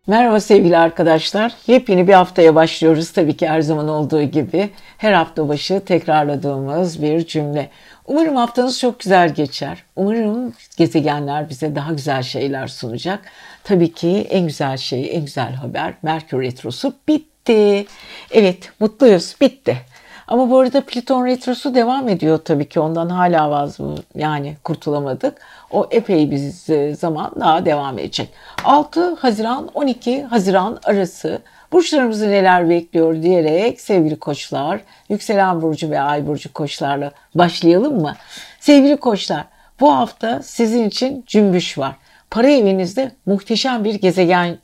Merhaba sevgili arkadaşlar. Yepyeni bir haftaya başlıyoruz tabii ki her zaman olduğu gibi. Her hafta başı tekrarladığımız bir cümle. Umarım haftanız çok güzel geçer. Umarım gezegenler bize daha güzel şeyler sunacak. Tabii ki en güzel şey, en güzel haber Merkür Retrosu bitti. Evet, mutluyuz, bitti. Ama bu arada Plüton Retrosu devam ediyor tabii ki. Ondan hala kurtulamadık. O epey bir zaman daha devam edecek. 6 Haziran 12 Haziran arası burçlarımızı neler bekliyor diyerek sevgili koçlar, yükselen burcu ve ay burcu koçlarla başlayalım mı? Sevgili koçlar, bu hafta sizin için cümbüş var. Para evinizde muhteşem bir gezegen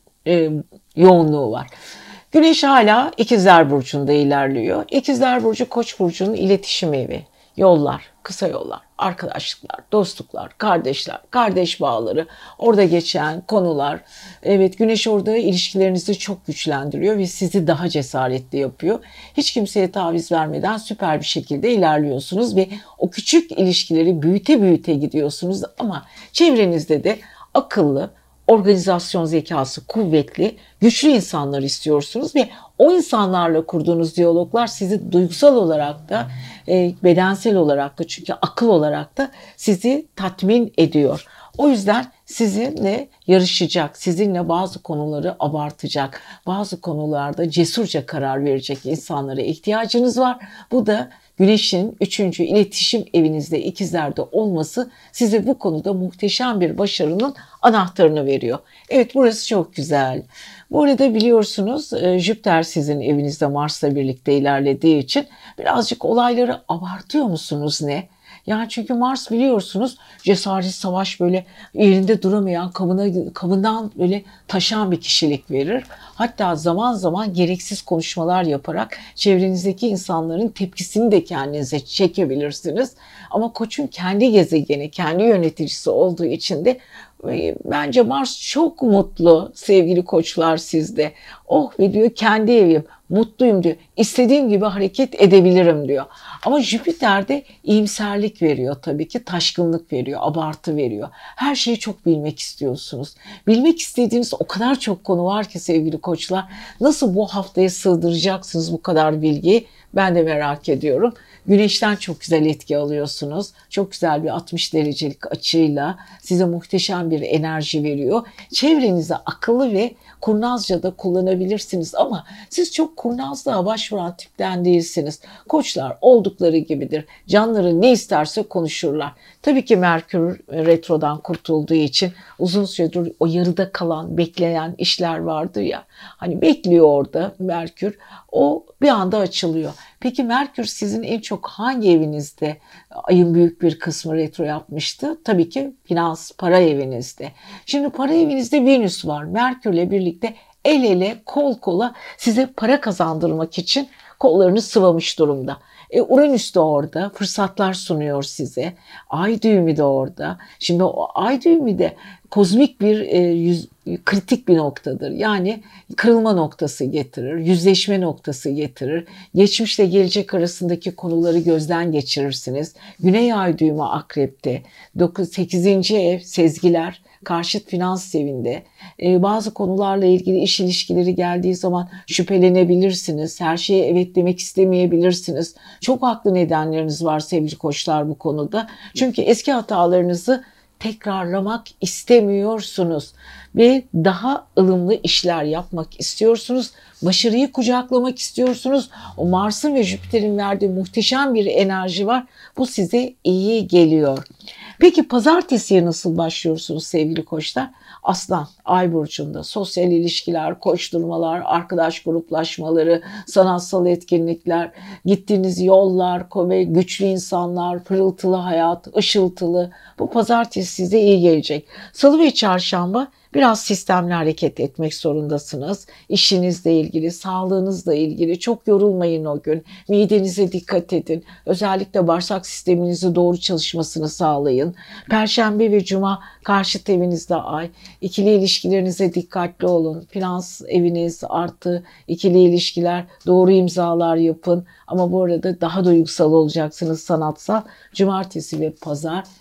yoğunluğu var. Güneş hala İkizler Burcu'nda ilerliyor. İkizler Burcu Koç burcunun iletişim evi. Yollar, kısa yollar, arkadaşlıklar, dostluklar, kardeşler, kardeş bağları, orada geçen konular. Evet, Güneş orada ilişkilerinizi çok güçlendiriyor ve sizi daha cesaretli yapıyor. Hiç kimseye taviz vermeden süper bir şekilde ilerliyorsunuz ve o küçük ilişkileri büyüte büyüte gidiyorsunuz ama çevrenizde de akıllı, organizasyon zekası kuvvetli, güçlü insanlar istiyorsunuz ve o insanlarla kurduğunuz diyaloglar sizi duygusal olarak da, bedensel olarak da, çünkü akıl olarak da sizi tatmin ediyor. O yüzden sizinle yarışacak, sizinle bazı konuları abartacak, bazı konularda cesurca karar verecek insanlara ihtiyacınız var. Bu da Güneş'in 3. iletişim evinizde ikizlerde olması size bu konuda muhteşem bir başarının anahtarını veriyor. Evet, burası çok güzel. Bu arada biliyorsunuz Jüpiter sizin evinizde Mars'la birlikte ilerlediği için birazcık olayları abartıyor musunuz ne? Yani çünkü Mars biliyorsunuz cesaret, savaş, böyle yerinde duramayan, kabından böyle taşan bir kişilik verir. Hatta zaman zaman gereksiz konuşmalar yaparak çevrenizdeki insanların tepkisini de kendinize çekebilirsiniz. Ama Koç'un kendi gezegeni, kendi yöneticisi olduğu için de bence Mars çok mutlu sevgili koçlar sizde. Oh ve diyor, kendi evim, mutluyum diyor. İstediğim gibi hareket edebilirim diyor. Ama Jüpiter de iyimserlik veriyor tabii ki, taşkınlık veriyor, abartı veriyor. Her şeyi çok bilmek istiyorsunuz. Bilmek istediğiniz o kadar çok konu var ki sevgili koçlar. Nasıl bu haftaya sığdıracaksınız bu kadar bilgiyi? Ben de merak ediyorum. Güneşten çok güzel etki alıyorsunuz. Çok güzel bir 60 derecelik açıyla size muhteşem bir enerji veriyor. Çevrenize akıllı ve kurnazca da kullanabilirsiniz ama siz çok kurnazlığa başvuran tipten değilsiniz. Koçlar oldukları gibidir. Canları ne isterse konuşurlar. Tabii ki Merkür retrodan kurtulduğu için uzun süredir o yarıda kalan, bekleyen işler vardı ya. Hani bekliyor orada Merkür. O bir anda açılıyor. Peki Merkür sizin en çok hangi evinizde ayın büyük bir kısmı retro yapmıştı? Tabii ki finans, para evinizde. Şimdi para evinizde Venüs var. Merkürle birlikte el ele, kol kola size para kazandırmak için kollarını sıvamış durumda. Uranüs de orada fırsatlar sunuyor size. Ay düğümü de orada. Şimdi o ay düğümü de kozmik bir kritik bir noktadır. Yani kırılma noktası getirir, yüzleşme noktası getirir. Geçmişle gelecek arasındaki konuları gözden geçirirsiniz. Güney ay düğümü akrepte, 8. ev sezgiler, karşıt finans evinde. Bazı konularla ilgili iş ilişkileri geldiği zaman şüphelenebilirsiniz. Her şeye evet demek istemeyebilirsiniz. Çok haklı nedenleriniz var sevgili koçlar bu konuda. Çünkü eski hatalarınızı tekrarlamak istemiyorsunuz ve daha ılımlı işler yapmak istiyorsunuz. Başarıyı kucaklamak istiyorsunuz. O Mars'ın ve Jüpiter'in verdiği muhteşem bir enerji var. Bu size iyi geliyor. Peki pazartesiye nasıl başlıyorsunuz sevgili koçlar? Aslan, Ay burcunda sosyal ilişkiler, koşturmalar, arkadaş gruplaşmaları, sanatsal etkinlikler, gittiğiniz yollar ve güçlü insanlar, pırıltılı hayat, ışıltılı. Bu pazartesi size iyi gelecek. Salı ve çarşamba biraz sistemli hareket etmek zorundasınız. İşinizle ilgili, sağlığınızla ilgili çok yorulmayın o gün. Midenize dikkat edin. Özellikle bağırsak sisteminizin doğru çalışmasını sağlayın. Perşembe ve cuma karşıt evinizde ay. İkili ilişkilerinize dikkatli olun. Finans eviniz artı ikili ilişkiler, doğru imzalar yapın. Ama bu arada daha duygusal olacaksınız, sanatsal. Cumartesi ve pazar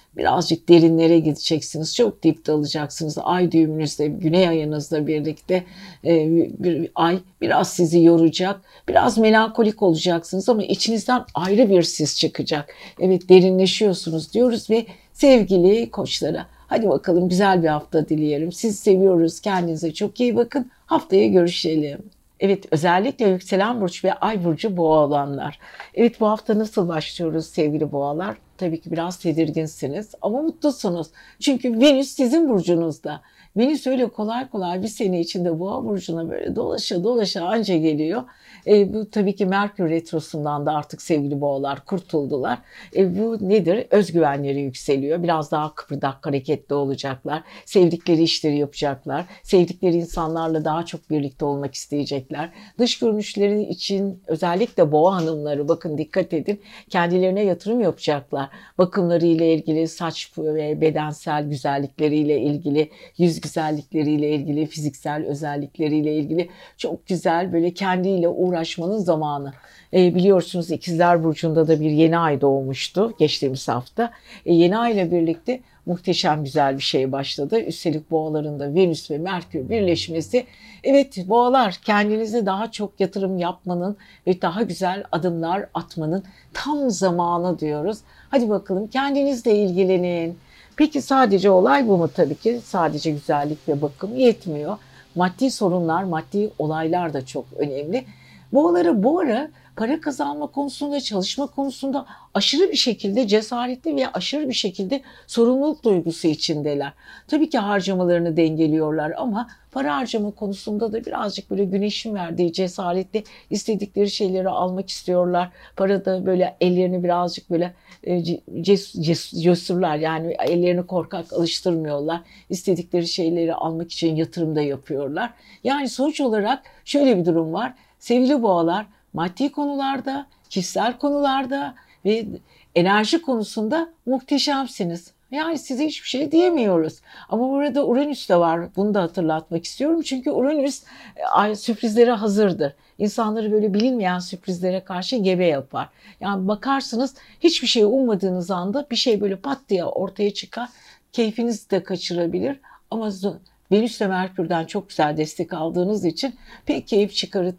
Birazcık derinlere gideceksiniz. Çok dip dalacaksınız. Ay düğümünüzde, güney ayınızla birlikte bir ay biraz sizi yoracak. Biraz melankolik olacaksınız ama içinizden ayrı bir sis çıkacak. Evet, derinleşiyorsunuz diyoruz ve sevgili koçlara, hadi bakalım güzel bir hafta dileyelim. Sizi seviyoruz. Kendinize çok iyi bakın. Haftaya görüşelim. Evet, özellikle yükselen burç ve ay burcu boğa olanlar. Evet, bu hafta nasıl başlıyoruz sevgili boğalar? Tabii ki biraz tedirginsiniz ama mutlusunuz. Çünkü Venüs sizin burcunuzda. Venüs öyle kolay kolay bir sene içinde boğa burcuna böyle dolaşa dolaşa anca geliyor. Bu tabii ki Merkür Retrosu'ndan da artık sevgili boğalar kurtuldular. Bu nedir? Özgüvenleri yükseliyor. Biraz daha kıpırdak, hareketli olacaklar. Sevdikleri işleri yapacaklar. Sevdikleri insanlarla daha çok birlikte olmak isteyecekler. Dış görünüşleri için özellikle boğa hanımları, bakın dikkat edin, kendilerine yatırım yapacaklar. Bakımları ile ilgili, saç ve bedensel güzellikleriyle ilgili, yüz güzellikleriyle ilgili, fiziksel özellikleriyle ilgili çok güzel böyle kendiyle uğraşmanın zamanı. Biliyorsunuz İkizler Burcu'nda da bir yeni ay doğmuştu geçtiğimiz hafta. Yeni ay ile birlikte muhteşem güzel bir şey başladı. Üstelik boğaların da Venüs ve Merkür birleşmesi. Evet boğalar, kendinize daha çok yatırım yapmanın ve daha güzel adımlar atmanın tam zamanı diyoruz. Hadi bakalım kendinizle ilgilenin. Peki sadece olay bu mu? Tabii ki sadece güzellik ve bakım yetmiyor. Maddi sorunlar, maddi olaylar da çok önemli. Boğaları bu ara para kazanma konusunda, çalışma konusunda aşırı bir şekilde cesaretli ve aşırı bir şekilde sorumluluk duygusu içindeler. Tabii ki harcamalarını dengeliyorlar ama para harcama konusunda da birazcık böyle güneşin verdiği cesaretle istedikleri şeyleri almak istiyorlar. Parada böyle ellerini birazcık böyle cesurlar, yani ellerini korkak alıştırmıyorlar. İstedikleri şeyleri almak için yatırım da yapıyorlar. Yani sonuç olarak şöyle bir durum var. Sevgili boğalar, maddi konularda, kişisel konularda ve enerji konusunda muhteşemsiniz. Yani size hiçbir şey diyemiyoruz. Ama burada Uranüs de var. Bunu da hatırlatmak istiyorum. Çünkü Uranüs sürprizlere hazırdır. İnsanları böyle bilinmeyen sürprizlere karşı gebe yapar. Yani bakarsınız hiçbir şey ummadığınız anda bir şey böyle pat diye ortaya çıkar. Keyfinizi de kaçırabilir. Ama Venüs ve Merkür'den çok güzel destek aldığınız için pek keyif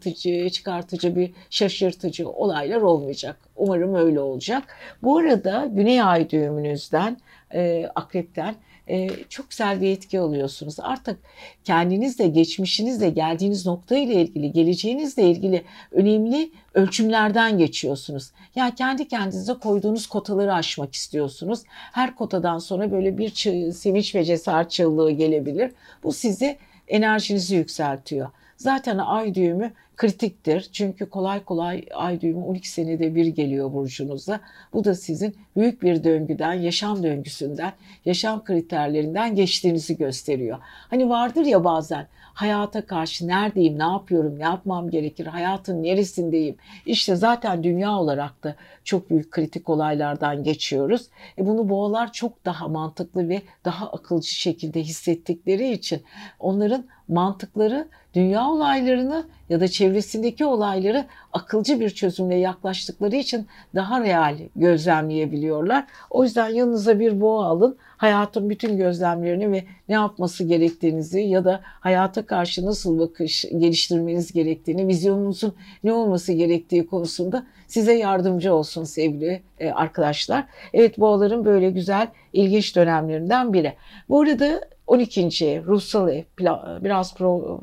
çıkartıcı bir şaşırtıcı olaylar olmayacak. Umarım öyle olacak. Bu arada Güney Ay düğümünüzden, Akrep'ten çok güzel bir etki alıyorsunuz. Artık kendinizle, geçmişinizle, geldiğiniz nokta ile ilgili, geleceğinizle ilgili önemli ölçümlerden geçiyorsunuz. Yani kendi kendinize koyduğunuz kotaları aşmak istiyorsunuz. Her kotadan sonra böyle bir sevinç ve cesaret çığlığı gelebilir. Bu sizi, enerjinizi yükseltiyor. Zaten ay düğümü kritiktir. Çünkü kolay kolay ay düğümü 12 senede bir geliyor burcunuza. Bu da sizin büyük bir döngüden, yaşam döngüsünden, yaşam kriterlerinden geçtiğinizi gösteriyor. Hani vardır ya bazen hayata karşı neredeyim, ne yapıyorum, ne yapmam gerekir, hayatın neresindeyim? İşte zaten dünya olarak da çok büyük kritik olaylardan geçiyoruz. Bunu boğalar çok daha mantıklı ve daha akılcı şekilde hissettikleri için onların mantıkları dünya olaylarını ya da çevresindeki olayları akılcı bir çözümle yaklaştıkları için daha real gözlemleyebiliyorlar. O yüzden yanınıza bir boğa alın. Hayatın bütün gözlemlerini ve ne yapması gerektiğinizi ya da hayata karşı nasıl bakış geliştirmeniz gerektiğini, vizyonunuzun ne olması gerektiği konusunda size yardımcı olsun sevgili arkadaşlar. Evet, boğaların böyle güzel, ilginç dönemlerinden biri. Bu arada 12. ev, ruhsal ev, biraz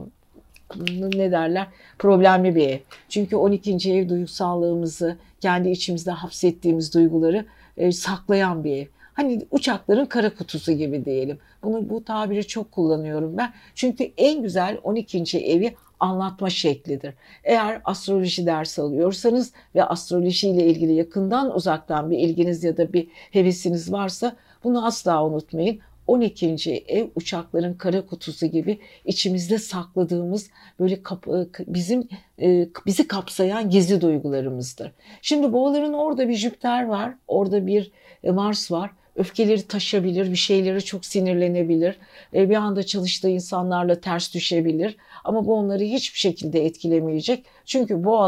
ne derler, problemli bir ev. Çünkü 12. ev duygusallığımızı, kendi içimizde hapsettiğimiz duyguları saklayan bir ev. Hani uçakların kara kutusu gibi diyelim. Bu tabiri çok kullanıyorum ben. Çünkü en güzel 12. evi anlatma şeklidir. Eğer astroloji dersi alıyorsanız ve astrolojiyle ilgili yakından uzaktan bir ilginiz ya da bir hevesiniz varsa bunu asla unutmayın. 12. ev uçakların kara kutusu gibi içimizde sakladığımız böyle bizi kapsayan gizli duygularımızdır. Şimdi boğaların orada bir Jüpiter var, orada bir Mars var. Öfkeleri taşabilir, bir şeyleri çok sinirlenebilir, bir anda çalıştığı insanlarla ters düşebilir. Ama bu onları hiçbir şekilde etkilemeyecek. Çünkü boğalar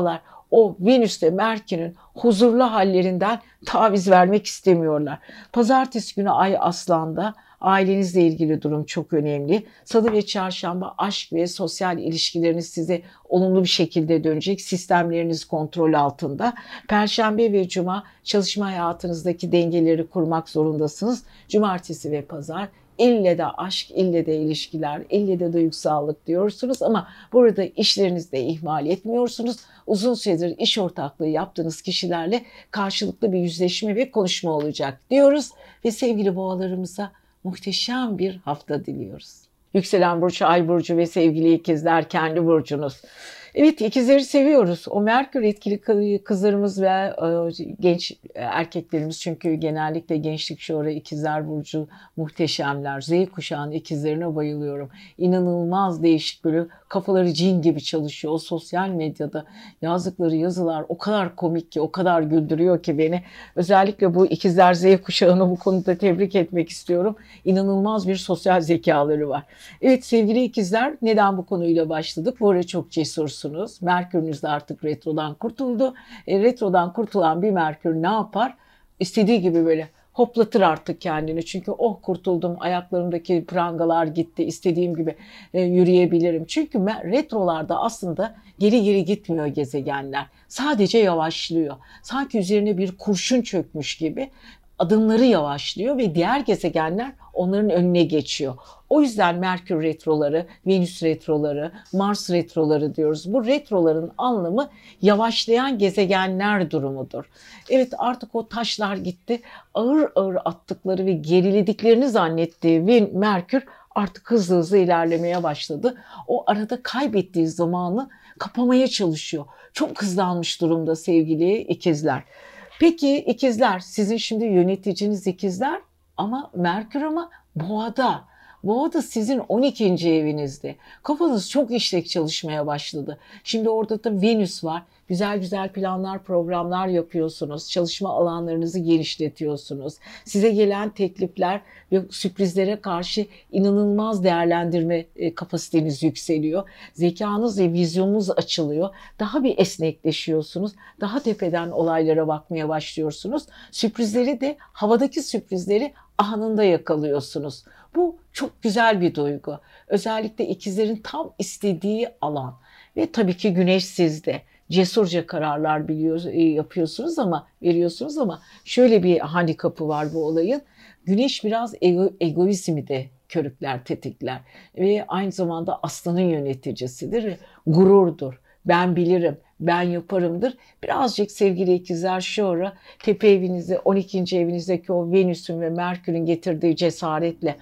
o Venüs'te Merkür'ün huzurlu hallerinden taviz vermek istemiyorlar. Pazartesi günü Ay Aslan'da, ailenizle ilgili durum çok önemli. Salı ve çarşamba aşk ve sosyal ilişkileriniz size olumlu bir şekilde dönecek. Sistemleriniz kontrol altında. Perşembe ve cuma çalışma hayatınızdaki dengeleri kurmak zorundasınız. Cumartesi ve pazar ille de aşk, ille de ilişkiler, ille de duygusallık diyorsunuz ama burada işlerinizde ihmal etmiyorsunuz. Uzun süredir iş ortaklığı yaptığınız kişilerle karşılıklı bir yüzleşme ve konuşma olacak diyoruz ve sevgili boğalarımıza muhteşem bir hafta diliyoruz. Yükselen burcu, ay burcu ve sevgili ikizler kendi burcunuz. Evet, ikizleri seviyoruz. O Merkür etkili kızlarımız ve genç erkeklerimiz, çünkü genellikle gençlik şuuru ikizler burcu muhteşemler. Z kuşağının ikizlerine bayılıyorum. İnanılmaz değişik, böyle kafaları cin gibi çalışıyor. O sosyal medyada yazdıkları yazılar o kadar komik ki, o kadar güldürüyor ki beni. Özellikle bu ikizler Z kuşağını bu konuda tebrik etmek istiyorum. İnanılmaz bir sosyal zekaları var. Evet sevgili ikizler, neden bu konuyla başladık? Bu arada çok cesursunuz. Merkür'ünüz de artık retrodan kurtuldu. Retrodan kurtulan bir Merkür ne yapar? İstediği gibi böyle hoplatır artık kendini. Çünkü oh kurtuldum, ayaklarımdaki prangalar gitti, istediğim gibi yürüyebilirim. Çünkü retrolarda aslında geri geri gitmiyor gezegenler. Sadece yavaşlıyor. Sanki üzerine bir kurşun çökmüş gibi adımları yavaşlıyor ve diğer gezegenler onların önüne geçiyor. O yüzden Merkür retroları, Venüs retroları, Mars retroları diyoruz. Bu retroların anlamı yavaşlayan gezegenler durumudur. Evet, artık o taşlar gitti. Ağır ağır attıkları ve gerilediklerini zannettiği Merkür artık hızlı hızlı ilerlemeye başladı. O arada kaybettiği zamanı kapamaya çalışıyor. Çok hızlanmış durumda sevgili ikizler. Peki ikizler, sizin şimdi yöneticiniz ikizler ama Merkür ama Boğa'da. Boğa'da sizin 12. evinizde. Kafanız çok işlek çalışmaya başladı. Şimdi orada da Venüs var. Güzel güzel planlar, programlar yapıyorsunuz. Çalışma alanlarınızı genişletiyorsunuz. Size gelen teklifler ve sürprizlere karşı inanılmaz değerlendirme kapasiteniz yükseliyor. Zekanız ve vizyonunuz açılıyor. Daha bir esnekleşiyorsunuz. Daha tepeden olaylara bakmaya başlıyorsunuz. Sürprizleri de, havadaki sürprizleri anında yakalıyorsunuz. Bu çok güzel bir duygu. Özellikle ikizlerin tam istediği alan. Ve tabii ki Güneş sizde. Cesurca kararlar yapıyorsunuz ama veriyorsunuz ama şöyle bir handikapı var bu olayın. Güneş biraz egoizmi de körükler, tetikler ve aynı zamanda aslanın yöneticisidir ve gururdur. Ben bilirim, ben yaparımdır. Birazcık sevgili ikizler şu ara tepe evinizde, 12. evinizdeki o Venüs'ün ve Merkür'ün getirdiği cesaretle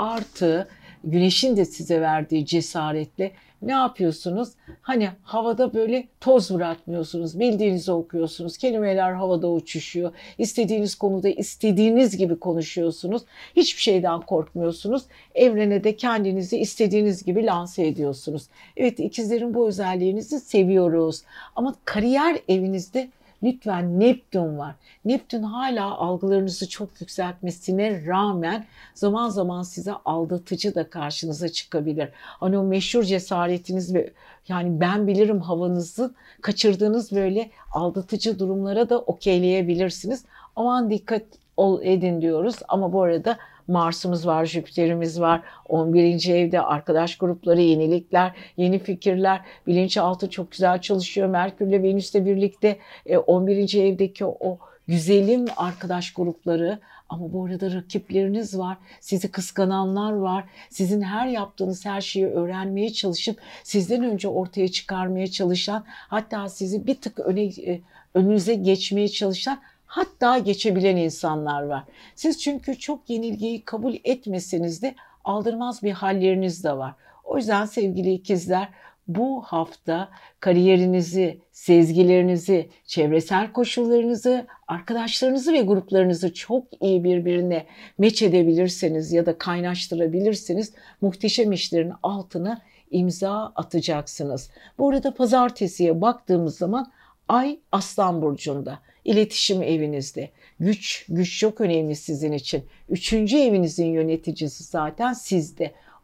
artı Güneş'in de size verdiği cesaretle ne yapıyorsunuz? Hani havada böyle toz bırakmıyorsunuz. Bildiğinizi okuyorsunuz. Kelimeler havada uçuşuyor. İstediğiniz konuda istediğiniz gibi konuşuyorsunuz. Hiçbir şeyden korkmuyorsunuz. Evrene de kendinizi istediğiniz gibi lanse ediyorsunuz. Evet, ikizlerin bu özelliğinizi seviyoruz. Ama kariyer evinizde lütfen Neptün var. Neptün hala algılarınızı çok yükseltmesine rağmen zaman zaman size aldatıcı da karşınıza çıkabilir. Hani o meşhur cesaretiniz ve yani ben bilirim havanızı kaçırdığınız böyle aldatıcı durumlara da okeyleyebilirsiniz. Aman dikkat edin diyoruz ama bu arada Mars'ımız var, Jüpiter'imiz var. 11. evde arkadaş grupları, yenilikler, yeni fikirler, bilinçaltı çok güzel çalışıyor. Merkür'le Venüs'le birlikte 11. evdeki o güzelim arkadaş grupları, ama bu arada rakipleriniz var, sizi kıskananlar var, sizin her yaptığınız her şeyi öğrenmeye çalışıp sizden önce ortaya çıkarmaya çalışan, hatta sizi bir tık önünüze geçmeye çalışan, hatta geçebilen insanlar var. Siz çünkü çok yenilgiyi kabul etmeseniz de aldırmaz bir halleriniz de var. O yüzden sevgili ikizler, bu hafta kariyerinizi, sezgilerinizi, çevresel koşullarınızı, arkadaşlarınızı ve gruplarınızı çok iyi birbirine meç edebilirseniz ya da kaynaştırabilirseniz muhteşem işlerin altına imza atacaksınız. Bu arada pazartesiye baktığımız zaman Ay Aslan Burcu'nda, iletişim evinizde. Güç çok önemli sizin için. 3. evinizin yöneticisi zaten sizde.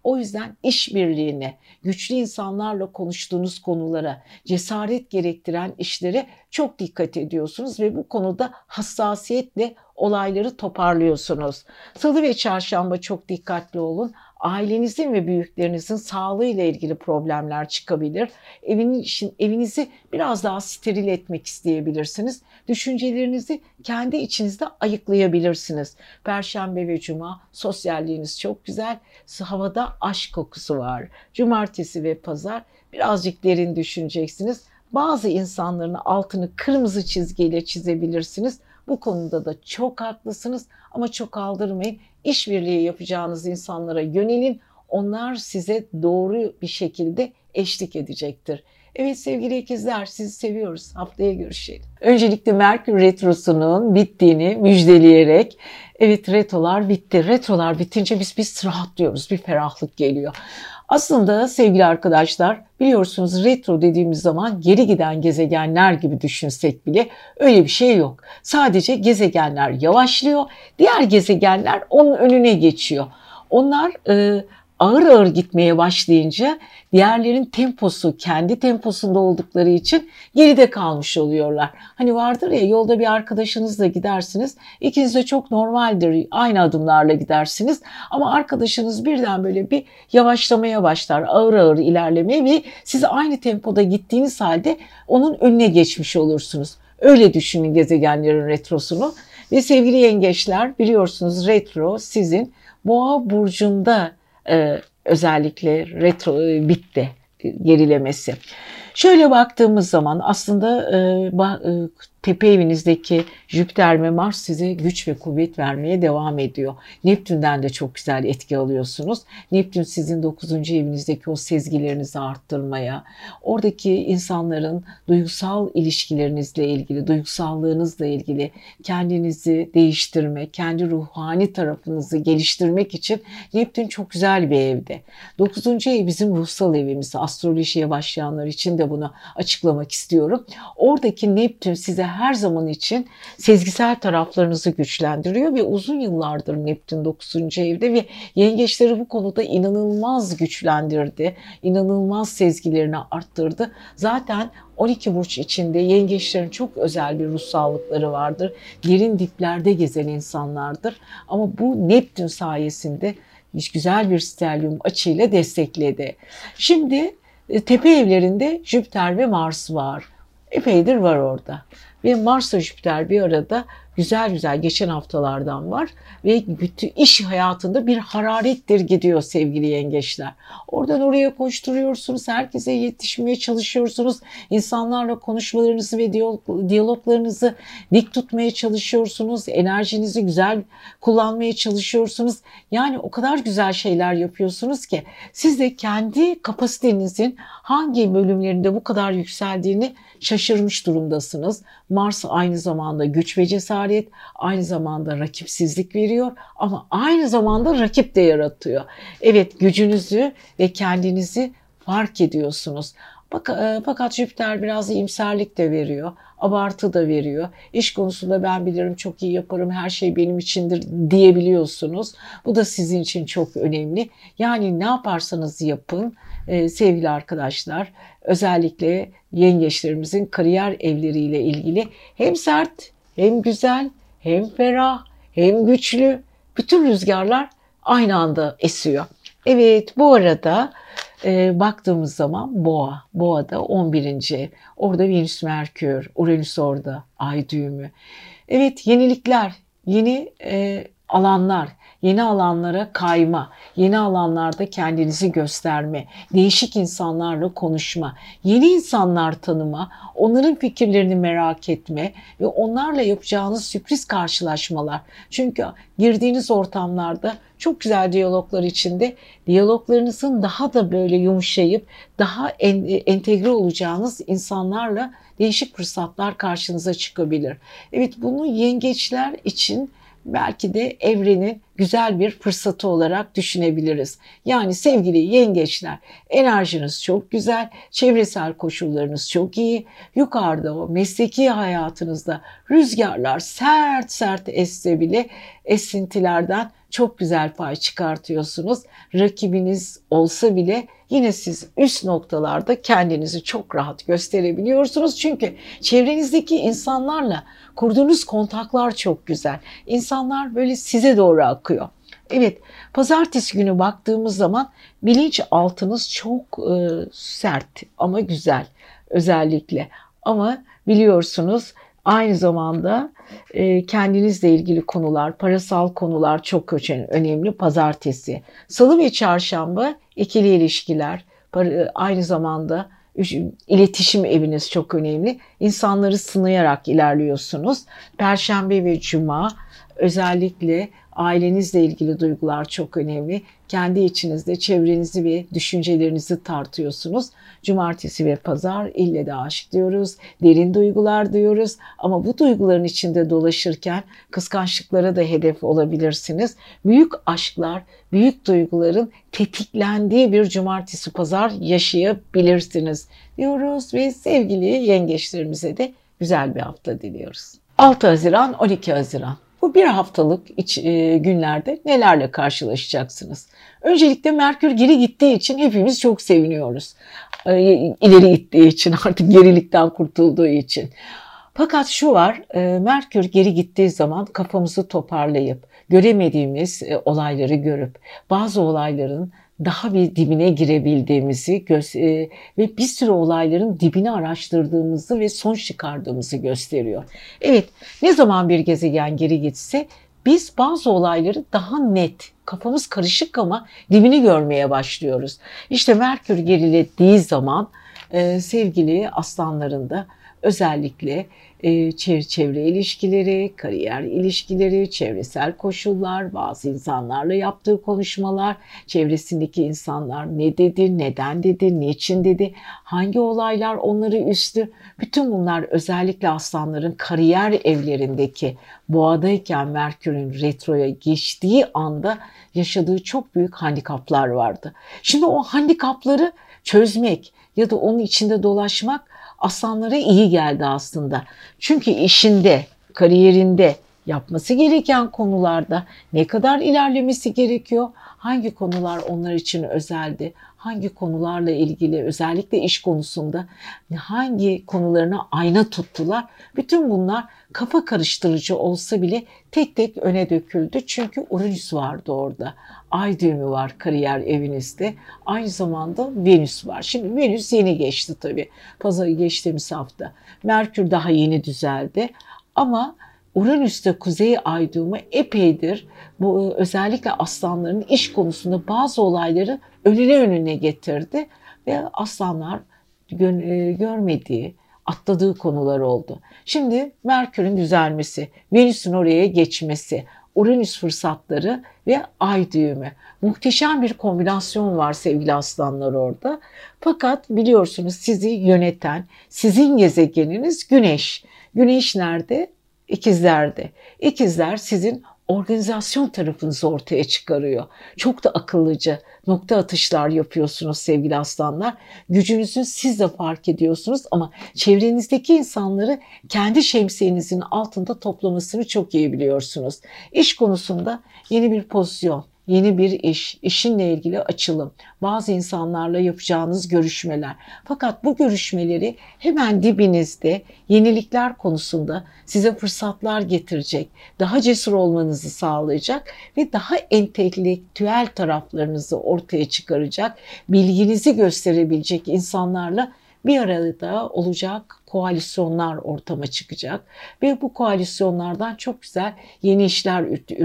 O yüzden işbirliğine, güçlü insanlarla konuştuğunuz konulara, cesaret gerektiren işlere çok dikkat ediyorsunuz ve bu konuda hassasiyetle olayları toparlıyorsunuz. Salı ve çarşamba çok dikkatli olun. Ailenizin ve büyüklerinizin sağlığıyla ilgili problemler çıkabilir. Evinizi biraz daha steril etmek isteyebilirsiniz. Düşüncelerinizi kendi içinizde ayıklayabilirsiniz. Perşembe ve cuma sosyalliğiniz çok güzel. Havada aşk kokusu var. Cumartesi ve pazar birazcık derin düşüneceksiniz. Bazı insanların altını kırmızı çizgiyle çizebilirsiniz. Bu konuda da çok haklısınız ama çok aldırmayın. İşbirliği yapacağınız insanlara yönelin. Onlar size doğru bir şekilde eşlik edecektir. Evet sevgili ikizler, sizi seviyoruz. Haftaya görüşelim. Öncelikle Merkür Retrosu'nun bittiğini müjdeleyerek, evet retrolar bitti. Retrolar bitince biz rahatlıyoruz, bir ferahlık geliyor. Aslında sevgili arkadaşlar, biliyorsunuz retro dediğimiz zaman geri giden gezegenler gibi düşünsek bile öyle bir şey yok. Sadece gezegenler yavaşlıyor, diğer gezegenler onun önüne geçiyor. Onlar ağır ağır gitmeye başlayınca diğerlerin temposu kendi temposunda oldukları için geride kalmış oluyorlar. Hani vardır ya, yolda bir arkadaşınızla gidersiniz. İkiniz de çok normaldir. Aynı adımlarla gidersiniz. Ama arkadaşınız birden böyle bir yavaşlamaya başlar. Ağır ağır ilerlemeye ve siz aynı tempoda gittiğiniz halde onun önüne geçmiş olursunuz. Öyle düşünün gezegenlerin retrosunu. Ve sevgili yengeçler, biliyorsunuz retro sizin Boğa burcunda özellikle retro bitti gerilemesi. Şöyle baktığımız zaman aslında tepe evinizdeki Jüpiter ve Mars size güç ve kuvvet vermeye devam ediyor. Neptün'den de çok güzel etki alıyorsunuz. Neptün sizin 9. evinizdeki o sezgilerinizi arttırmaya, oradaki insanların duygusal ilişkilerinizle ilgili, duygusallığınızla ilgili kendinizi değiştirme, kendi ruhani tarafınızı geliştirmek için Neptün çok güzel bir evde. 9. ev bizim ruhsal evimiz. Astrolojiye başlayanlar için de bunu açıklamak istiyorum. Oradaki Neptün size her zaman için sezgisel taraflarınızı güçlendiriyor ve uzun yıllardır Neptün 9. evde ve yengeçleri bu konuda inanılmaz güçlendirdi. İnanılmaz sezgilerini arttırdı. Zaten 12 burç içinde yengeçlerin çok özel bir ruhsallıkları vardır. Derin diplerde gezen insanlardır. Ama bu Neptün sayesinde güzel bir stelyum açıyla destekledi. Şimdi tepe evlerinde Jüpiter ve Mars var. Epeydir var orada. Ve Mars'la Jüpiter bir arada güzel geçen haftalardan var. Ve bütün iş hayatında bir hararettir gidiyor sevgili yengeçler. Oradan oraya koşturuyorsunuz, herkese yetişmeye çalışıyorsunuz. İnsanlarla konuşmalarınızı ve diyaloglarınızı dik tutmaya çalışıyorsunuz. Enerjinizi güzel kullanmaya çalışıyorsunuz. Yani o kadar güzel şeyler yapıyorsunuz ki siz de kendi kapasitenizin hangi bölümlerinde bu kadar yükseldiğini şaşırmış durumdasınız. Mars aynı zamanda güç ve cesaret, aynı zamanda rakipsizlik veriyor ama aynı zamanda rakip de yaratıyor. Evet, gücünüzü ve kendinizi fark ediyorsunuz. Fakat Jüpiter biraz iyimserlik de veriyor, abartı da veriyor. İş konusunda ben bilirim, çok iyi yaparım, her şey benim içindir diyebiliyorsunuz. Bu da sizin için çok önemli. Yani ne yaparsanız yapın sevgili arkadaşlar, özellikle yengeçlerimizin kariyer evleriyle ilgili hem sert, hem güzel, hem ferah, hem güçlü bütün rüzgarlar aynı anda esiyor. Evet, bu arada baktığımız zaman Boğa'da 11. ev. Orada Venüs, Merkür, Uranüs orada, Ay düğümü. Evet, yenilikler, yeni alanlar, yeni alanlara kayma, yeni alanlarda kendinizi gösterme, değişik insanlarla konuşma, yeni insanlar tanıma, onların fikirlerini merak etme ve onlarla yapacağınız sürpriz karşılaşmalar. Çünkü girdiğiniz ortamlarda çok güzel diyaloglar içinde diyaloglarınızın daha da böyle yumuşayıp daha entegre olacağınız insanlarla değişik fırsatlar karşınıza çıkabilir. Evet, bunu yengeçler için belki de evrenin güzel bir fırsatı olarak düşünebiliriz. Yani sevgili yengeçler, enerjiniz çok güzel, çevresel koşullarınız çok iyi. Yukarıda o mesleki hayatınızda rüzgarlar sert esse bile esintilerden çok güzel pay çıkartıyorsunuz. Rakibiniz olsa bile yine siz üst noktalarda kendinizi çok rahat gösterebiliyorsunuz. Çünkü çevrenizdeki insanlarla kurduğunuz kontaklar çok güzel. İnsanlar böyle size doğru akıyor. Evet, pazartesi günü baktığımız zaman bilinçaltınız çok sert ama güzel özellikle. Ama biliyorsunuz aynı zamanda kendinizle ilgili konular, parasal konular çok önemli pazartesi. Salı ve çarşamba ikili ilişkiler, aynı zamanda iletişim eviniz çok önemli. İnsanları sınayarak ilerliyorsunuz. Perşembe ve cuma özellikle ailenizle ilgili duygular çok önemli. Kendi içinizde çevrenizi ve düşüncelerinizi tartıyorsunuz. Cumartesi ve pazar ille de aşk diyoruz, derin duygular diyoruz. Ama bu duyguların içinde dolaşırken kıskançlıklara da hedef olabilirsiniz. Büyük aşklar, büyük duyguların tetiklendiği bir cumartesi pazar yaşayabilirsiniz diyoruz ve sevgili yengeçlerimize de güzel bir hafta diliyoruz. 6 Haziran, 12 Haziran. Bu bir haftalık günlerde nelerle karşılaşacaksınız? Öncelikle Merkür geri gittiği için hepimiz çok seviniyoruz. İleri gittiği için, artık gerilikten kurtulduğu için. Fakat şu var, Merkür geri gittiği zaman kafamızı toparlayıp, göremediğimiz olayları görüp, bazı olayların daha bir dibine girebildiğimizi ve bir sürü olayların dibini araştırdığımızı ve sonuç çıkardığımızı gösteriyor. Evet, ne zaman bir gezegen geri gitse biz bazı olayları daha net, kafamız karışık ama dibini görmeye başlıyoruz. İşte Merkür gerilediği zaman sevgili aslanların da özellikle çevre ilişkileri, kariyer ilişkileri, çevresel koşullar, bazı insanlarla yaptığı konuşmalar, çevresindeki insanlar ne dedi, neden dedi, niçin dedi, hangi olaylar onları üstü, bütün bunlar özellikle aslanların kariyer evlerindeki boğadayken Merkür'ün retroya geçtiği anda yaşadığı çok büyük handikaplar vardı. Şimdi o handikapları çözmek ya da onun içinde dolaşmak aslanlara iyi geldi aslında. Çünkü işinde, kariyerinde, yapması gereken konularda ne kadar ilerlemesi gerekiyor, hangi konular onlar için özeldi, hangi konularla ilgili özellikle iş konusunda hangi konularına ayna tuttular. Bütün bunlar kafa karıştırıcı olsa bile tek tek öne döküldü. Çünkü Uranüs vardı orada. Ay düğümü var kariyer evinizde. Aynı zamanda Venüs var. Şimdi Venüs yeni geçti tabii. Pazarı geçtiğimiz hafta. Merkür daha yeni düzeldi. Ama Uranüs'te kuzey ay düğümü epeydir bu özellikle aslanların iş konusunda bazı olayları önüne getirdi ve aslanlar görmediği, atladığı konular oldu. Şimdi Merkür'ün düzelmesi, Venüs'ün oraya geçmesi, Uranüs fırsatları ve ay düğümü. Muhteşem bir kombinasyon var sevgili aslanlar orada. Fakat biliyorsunuz sizi yöneten, sizin gezegeniniz Güneş. Güneş nerede? İkizlerde. İkizler sizin organizasyon tarafınızı ortaya çıkarıyor. Çok da akıllıca nokta atışlar yapıyorsunuz sevgili aslanlar. Gücünüzü siz de fark ediyorsunuz ama çevrenizdeki insanları kendi şemsiyenizin altında toplamasını çok iyi biliyorsunuz. İş konusunda yeni bir pozisyon, yeni bir iş, işinle ilgili açılım, bazı insanlarla yapacağınız görüşmeler. Fakat bu görüşmeleri hemen dibinizde yenilikler konusunda size fırsatlar getirecek, daha cesur olmanızı sağlayacak ve daha entelektüel taraflarınızı ortaya çıkaracak, bilginizi gösterebilecek insanlarla bir arada olacak koalisyonlar ortama çıkacak ve bu koalisyonlardan çok güzel yeni işler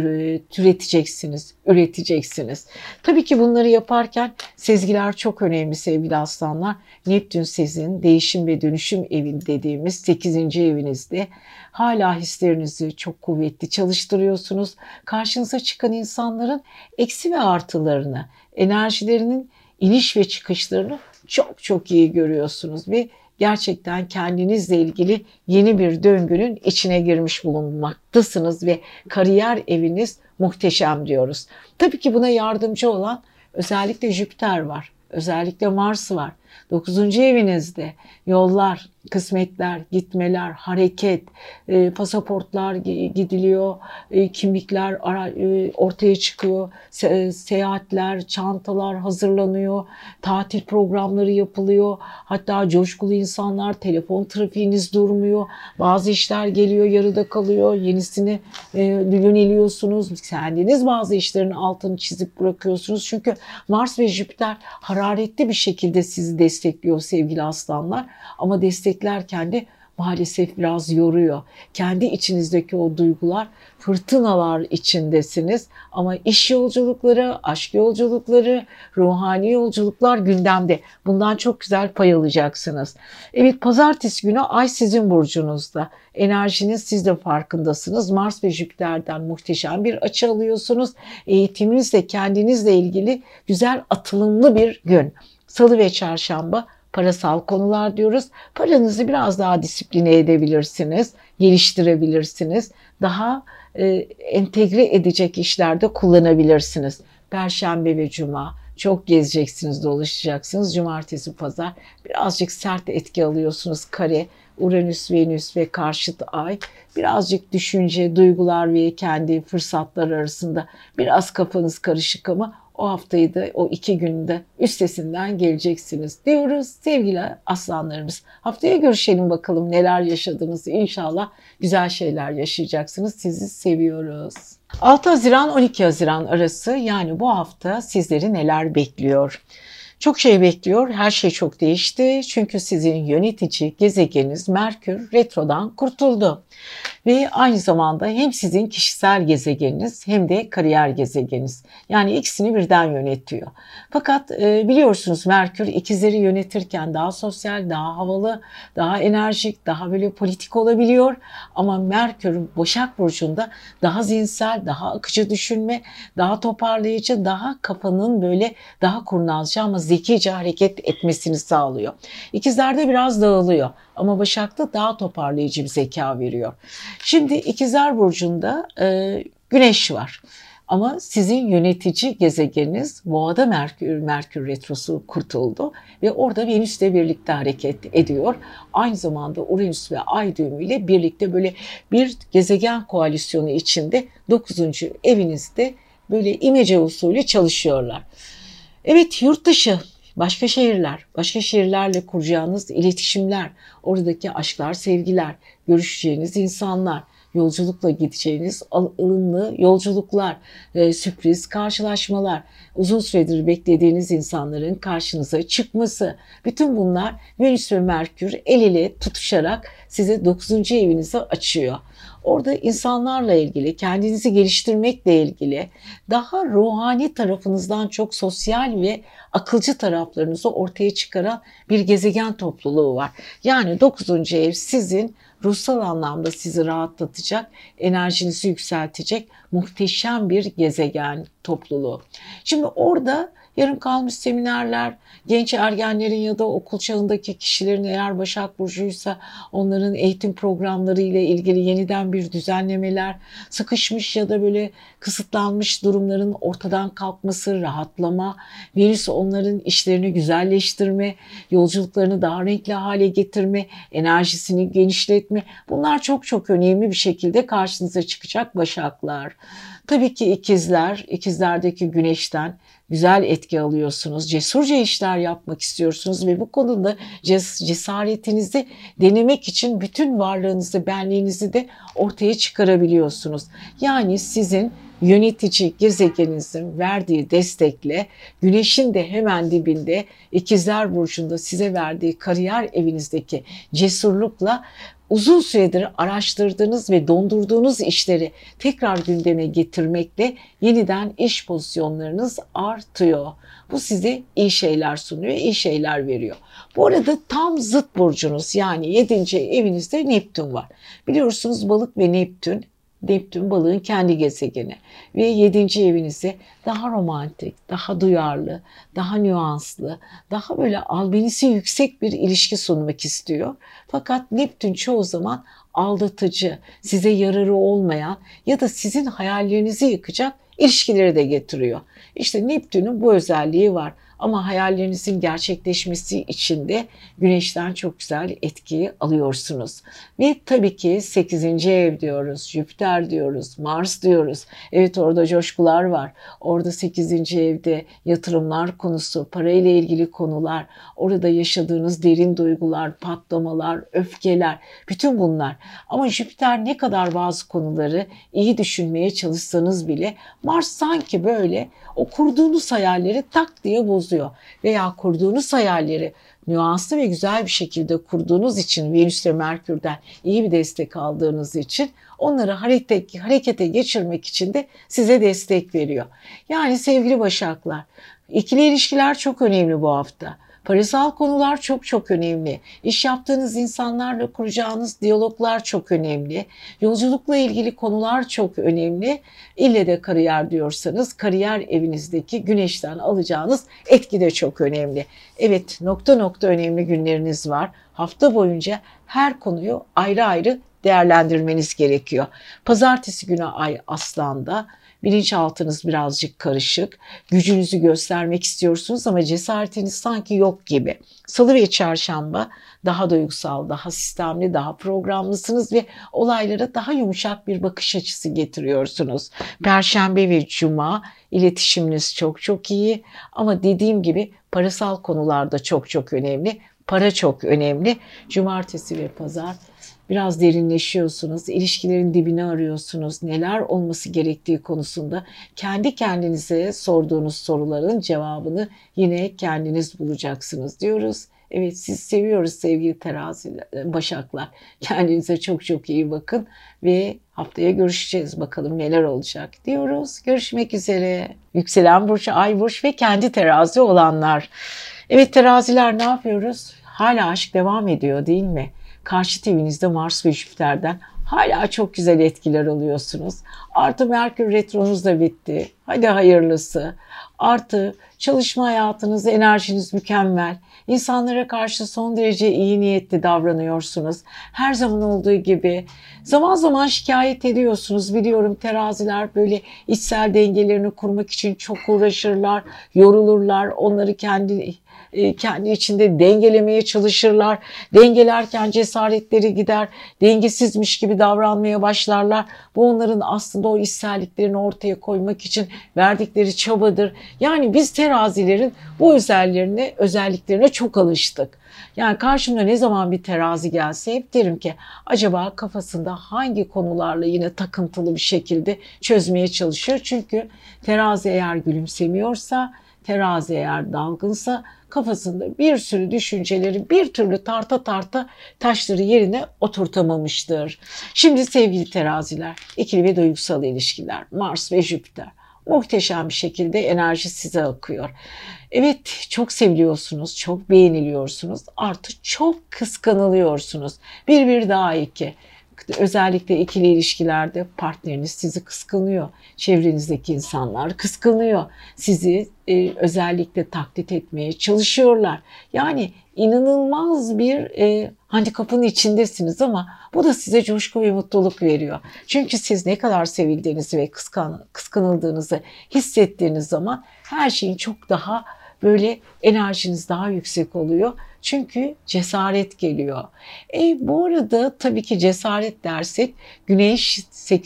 üreteceksiniz. Tabii ki bunları yaparken sezgiler çok önemli sevgili aslanlar. Neptün sizin değişim ve dönüşüm evi dediğimiz 8. evinizde. Hala hislerinizi çok kuvvetli çalıştırıyorsunuz. Karşınıza çıkan insanların eksi ve artılarını, enerjilerinin iniş ve çıkışlarını çok iyi görüyorsunuz ve gerçekten kendinizle ilgili yeni bir döngünün içine girmiş bulunmaktasınız ve kariyer eviniz muhteşem diyoruz. Tabii ki buna yardımcı olan özellikle Jüpiter var, özellikle Mars var. Dokuzuncu evinizde yollar, kısmetler, gitmeler, hareket, pasaportlar gidiliyor, kimlikler ortaya çıkıyor, seyahatler, çantalar hazırlanıyor, tatil programları yapılıyor. Hatta coşkulu insanlar, telefon trafiğiniz durmuyor. Bazı işler geliyor, yarıda kalıyor, yenisini yöneliyorsunuz. Kendiniz bazı işlerin altını çizip bırakıyorsunuz. Çünkü Mars ve Jüpiter hararetli bir şekilde sizi destekliyor sevgili aslanlar. Ama desteklerken de maalesef biraz yoruyor. Kendi içinizdeki o duygular, fırtınalar içindesiniz. Ama iş yolculukları, aşk yolculukları, ruhani yolculuklar gündemde. Bundan çok güzel pay alacaksınız. Evet, pazartesi günü Ay sizin burcunuzda. Enerjiniz, siz de farkındasınız. Mars ve Jüpiter'den muhteşem bir açı alıyorsunuz. Eğitiminizle, kendinizle ilgili güzel atılımlı bir gün. Salı ve çarşamba parasal konular diyoruz. Paranızı biraz daha disipline edebilirsiniz, geliştirebilirsiniz. Daha entegre edecek işlerde kullanabilirsiniz. Perşembe ve cuma çok gezeceksiniz, dolaşacaksınız. Cumartesi, pazar birazcık sert etki alıyorsunuz. Kare, Uranüs, Venüs ve karşıt ay. Birazcık düşünce, duygular ve kendi fırsatlar arasında biraz kafanız karışık ama o haftayı da, o 2 günde üstesinden geleceksiniz diyoruz sevgili aslanlarımız. Haftaya görüşelim bakalım neler yaşadınız. İnşallah güzel şeyler yaşayacaksınız. Sizi seviyoruz. 6 Haziran 12 Haziran arası, yani bu hafta sizleri neler bekliyor? Çok şey bekliyor. Her şey çok değişti. Çünkü sizin yönetici gezegeniniz Merkür retrodan kurtuldu. Ve aynı zamanda hem sizin kişisel gezegeniniz hem de kariyer gezegeniniz. Yani ikisini birden yönetiyor. Fakat biliyorsunuz Merkür ikizleri yönetirken daha sosyal, daha havalı, daha enerjik, daha böyle politik olabiliyor. Ama Merkür Başak Burcu'nda daha zihinsel, daha akıcı düşünme, daha toparlayıcı, daha kafanın böyle daha kurnazca ama zekice hareket etmesini sağlıyor. İkizlerde biraz dağılıyor. Ama Başak'ta daha toparlayıcı bir zeka veriyor. Şimdi İkizler Burcu'nda Güneş var. Ama sizin yönetici gezegeniniz Boğa'da Merkür Retrosu kurtuldu. Ve orada Venüs'le birlikte hareket ediyor. Aynı zamanda Uranüs ve Ay düğümüyle birlikte böyle bir gezegen koalisyonu içinde 9. evinizde böyle imece usulü çalışıyorlar. Evet, yurt dışı, başka şehirler, başka şehirlerle kuracağınız iletişimler, oradaki aşklar, sevgiler, görüşeceğiniz insanlar, yolculukla gideceğiniz ılımlı yolculuklar, sürpriz karşılaşmalar, uzun süredir beklediğiniz insanların karşınıza çıkması, bütün bunlar Venüs ve Merkür el ele tutuşarak size 9. evinizi açıyor. Orada insanlarla ilgili, kendinizi geliştirmekle ilgili daha ruhani tarafınızdan çok sosyal ve akılcı taraflarınızı ortaya çıkaran bir gezegen topluluğu var. Yani 9. ev sizin ruhsal anlamda sizi rahatlatacak, enerjinizi yükseltecek muhteşem bir gezegen topluluğu. Şimdi orada yarım kalmış seminerler, genç ergenlerin ya da okul çağındaki kişilerin, eğer Başak Burcu'ysa onların eğitim programları ile ilgili yeniden bir düzenlemeler, sıkışmış ya da böyle kısıtlanmış durumların ortadan kalkması, rahatlama, Venüs onların işlerini güzelleştirme, yolculuklarını daha renkli hale getirme, enerjisini genişletme, bunlar çok çok önemli bir şekilde karşınıza çıkacak Başaklar. Tabii ki ikizler, ikizlerdeki Güneş'ten güzel etki alıyorsunuz. Cesurca işler yapmak istiyorsunuz ve bu konuda cesaretinizi denemek için bütün varlığınızı, benliğinizi de ortaya çıkarabiliyorsunuz. Yani sizin yönetici gezegeninizin verdiği destekle, Güneş'in de hemen dibinde İkizler Burcu'nda size verdiği kariyer evinizdeki cesurlukla uzun süredir araştırdığınız ve dondurduğunuz işleri tekrar gündeme getirmekle yeniden iş pozisyonlarınız artıyor. Bu size iyi şeyler sunuyor, iyi şeyler veriyor. Bu arada tam zıt burcunuz, yani 7. evinizde Neptün var. Biliyorsunuz Balık ve Neptün balığın kendi gezegeni ve 7. evinizi daha romantik, daha duyarlı, daha nüanslı, daha böyle albenisi yüksek bir ilişki sunmak istiyor. Fakat Neptün çoğu zaman aldatıcı, size yararı olmayan ya da sizin hayallerinizi yıkacak ilişkileri de getiriyor. İşte Neptün'ün bu özelliği var. Ama hayallerinizin gerçekleşmesi için de Güneş'ten çok güzel etkiyi alıyorsunuz. Ve tabii ki 8. ev diyoruz, Jüpiter diyoruz, Mars diyoruz. Evet, orada coşkular var. Orada 8. evde yatırımlar konusu, parayla ilgili konular, orada yaşadığınız derin duygular, patlamalar, öfkeler, bütün bunlar. Ama Jüpiter ne kadar bazı konuları iyi düşünmeye çalışsanız bile Mars sanki böyle o kurduğunuz hayalleri tak diye bozuyor. Veya kurduğunuz hayalleri nüanslı ve güzel bir şekilde kurduğunuz için, Venüs ve Merkür'den iyi bir destek aldığınız için onları harekete geçirmek için de size destek veriyor. Yani sevgili Başaklar, ikili ilişkiler çok önemli bu hafta. Parasal konular çok çok önemli. İş yaptığınız insanlarla kuracağınız diyaloglar çok önemli. Yolculukla ilgili konular çok önemli. İlle de kariyer diyorsanız kariyer evinizdeki Güneş'ten alacağınız etki de çok önemli. Evet, nokta nokta önemli günleriniz var. Hafta boyunca her konuyu ayrı ayrı değerlendirmeniz gerekiyor. Pazartesi günü Ay Aslan'da. Bilinçaltınız birazcık karışık. Gücünüzü göstermek istiyorsunuz ama cesaretiniz sanki yok gibi. Salı ve çarşamba daha duygusal, daha sistemli, daha programlısınız ve olaylara daha yumuşak bir bakış açısı getiriyorsunuz. Perşembe ve cuma iletişiminiz çok çok iyi ama dediğim gibi parasal konularda çok çok önemli. Para çok önemli. Cumartesi ve pazar biraz derinleşiyorsunuz, ilişkilerin dibini arıyorsunuz, neler olması gerektiği konusunda kendi kendinize sorduğunuz soruların cevabını yine kendiniz bulacaksınız diyoruz. Evet, siz seviyoruz sevgili teraziler, başaklar. Kendinize çok çok iyi bakın ve haftaya görüşeceğiz. Bakalım neler olacak diyoruz. Görüşmek üzere. Yükselen burç, ay burç ve kendi terazi olanlar. Evet teraziler, ne yapıyoruz? Hala aşk devam ediyor değil mi? Karşı evinizde Mars ve Jüpiter'den hala çok güzel etkiler alıyorsunuz. Artı Merkür retronuz da bitti. Hadi hayırlısı. Artı çalışma hayatınız, enerjiniz mükemmel. İnsanlara karşı son derece iyi niyetli davranıyorsunuz. Her zaman olduğu gibi. Zaman zaman şikayet ediyorsunuz. Biliyorum teraziler böyle içsel dengelerini kurmak için çok uğraşırlar, yorulurlar. Onları kendi içinde dengelemeye çalışırlar. Dengelerken cesaretleri gider. Dengesizmiş gibi davranmaya başlarlar. Bu onların aslında o içselliklerini ortaya koymak için verdikleri çabadır. Yani biz terazilerin bu özelliklerine çok alıştık. Yani karşımda ne zaman bir terazi gelse hep derim ki acaba kafasında hangi konularla yine takıntılı bir şekilde çözmeye çalışıyor. Çünkü terazi eğer gülümsemiyorsa, terazi eğer dalgınsa kafasında bir sürü düşünceleri bir türlü tarta taşları yerine oturtamamıştır. Şimdi sevgili teraziler, ikili ve duygusal ilişkiler, Mars ve Jüpiter. Muhteşem bir şekilde enerji size akıyor. Evet, çok seviliyorsunuz, çok beğeniliyorsunuz, artık çok kıskanılıyorsunuz. Bir daha iki. Özellikle ikili ilişkilerde partneriniz sizi kıskanıyor. Çevrenizdeki insanlar kıskanıyor. Sizi özellikle taklit etmeye çalışıyorlar. Yani inanılmaz bir handikapın içindesiniz ama bu da size coşku ve mutluluk veriyor. Çünkü siz ne kadar sevildiğinizi ve kıskanıldığınızı hissettiğiniz zaman her şeyin çok daha böyle enerjiniz daha yüksek oluyor. Çünkü cesaret geliyor. Bu arada tabii ki cesaret dersek Güneş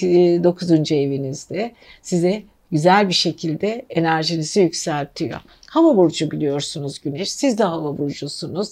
9. evinizde size güzel bir şekilde enerjinizi yükseltiyor. Hava burcu biliyorsunuz Güneş. Siz de hava burcusunuz.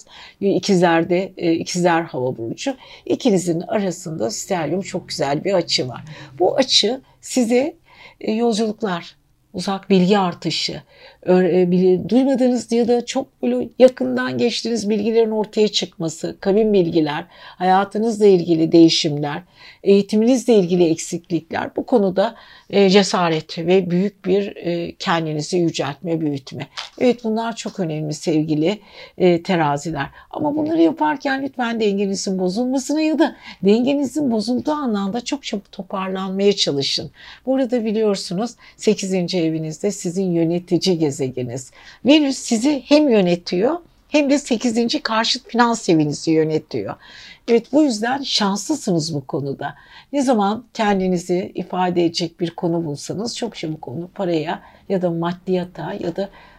İkizler hava burcu. İkinizin arasında stelyum çok güzel bir açı var. Bu açı size yolculuklar, uzak bilgi artışı, duymadığınız ya da çok böyle yakından geçtiğiniz bilgilerin ortaya çıkması, kabin bilgiler, hayatınızla ilgili değişimler, eğitiminizle ilgili eksiklikler, bu konuda cesaret ve büyük bir kendinizi yüceltme, büyütme. Evet, bunlar çok önemli sevgili teraziler. Ama bunları yaparken lütfen dengenizin bozulmasına ya da dengenizin bozulduğu anlamda çok çabuk toparlanmaya çalışın. Burada biliyorsunuz 8. evinizde sizin yönetici gezegeniz. Venüs sizi hem yönetiyor hem de 8. karşıt finans evinizi yönetiyor. Evet, bu yüzden şanslısınız bu konuda. Ne zaman kendinizi ifade edecek bir konu bulsanız çok çabuk onu paraya ya da maddiyata ya da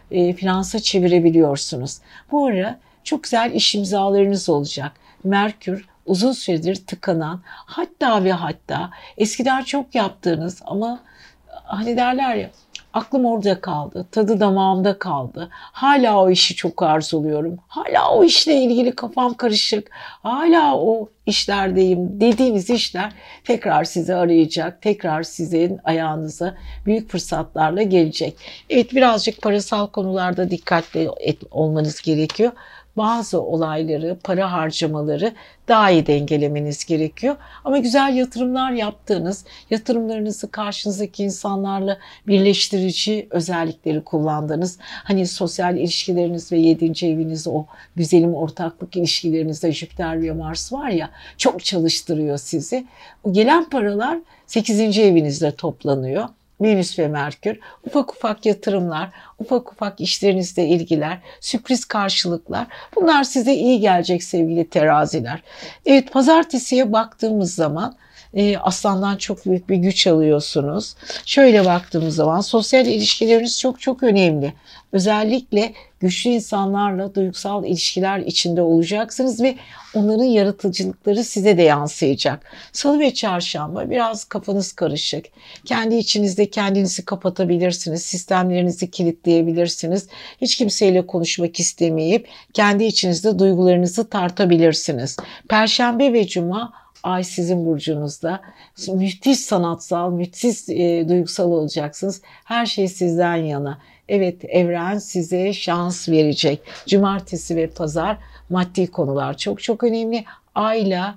finansa çevirebiliyorsunuz. Bu ara çok güzel iş imzalarınız olacak. Merkür uzun süredir tıkanan, hatta ve hatta eskiden çok yaptığınız ama hani derler ya, aklım orada kaldı, tadı damağımda kaldı. Hala o işi çok arzuluyorum. Hala o işle ilgili kafam karışık. Hala o işlerdeyim dediğiniz işler tekrar sizi arayacak. Tekrar sizin ayağınıza büyük fırsatlarla gelecek. Evet, birazcık parasal konularda dikkatli olmanız gerekiyor. Bazı olayları, para harcamaları daha iyi dengelemeniz gerekiyor. Ama güzel yatırımlar yaptığınız, yatırımlarınızı karşınızdaki insanlarla birleştirici özellikleri kullandığınız, hani sosyal ilişkileriniz ve 7. eviniz, o güzelim ortaklık ilişkilerinizde Jüpiter ve Mars var ya, çok çalıştırıyor sizi. O gelen paralar 8. evinizde toplanıyor. Venüs ve Merkür, ufak ufak yatırımlar, ufak ufak işlerinizle ilgiler, sürpriz karşılıklar, bunlar size iyi gelecek sevgili teraziler. Evet, pazartesiye baktığımız zaman Aslan'dan çok büyük bir güç alıyorsunuz. Şöyle baktığımız zaman sosyal ilişkileriniz çok çok önemli. Özellikle güçlü insanlarla duygusal ilişkiler içinde olacaksınız ve onların yaratıcılıkları size de yansıyacak. Salı ve çarşamba biraz kafanız karışık. Kendi içinizde kendinizi kapatabilirsiniz. Sistemlerinizi kilitleyebilirsiniz. Hiç kimseyle konuşmak istemeyip kendi içinizde duygularınızı tartabilirsiniz. Perşembe ve cuma Ay sizin burcunuzda. Müthiş sanatsal, müthiş duygusal olacaksınız. Her şey sizden yana. Evet, evren size şans verecek. Cumartesi ve pazar maddi konular çok çok önemli. Ayla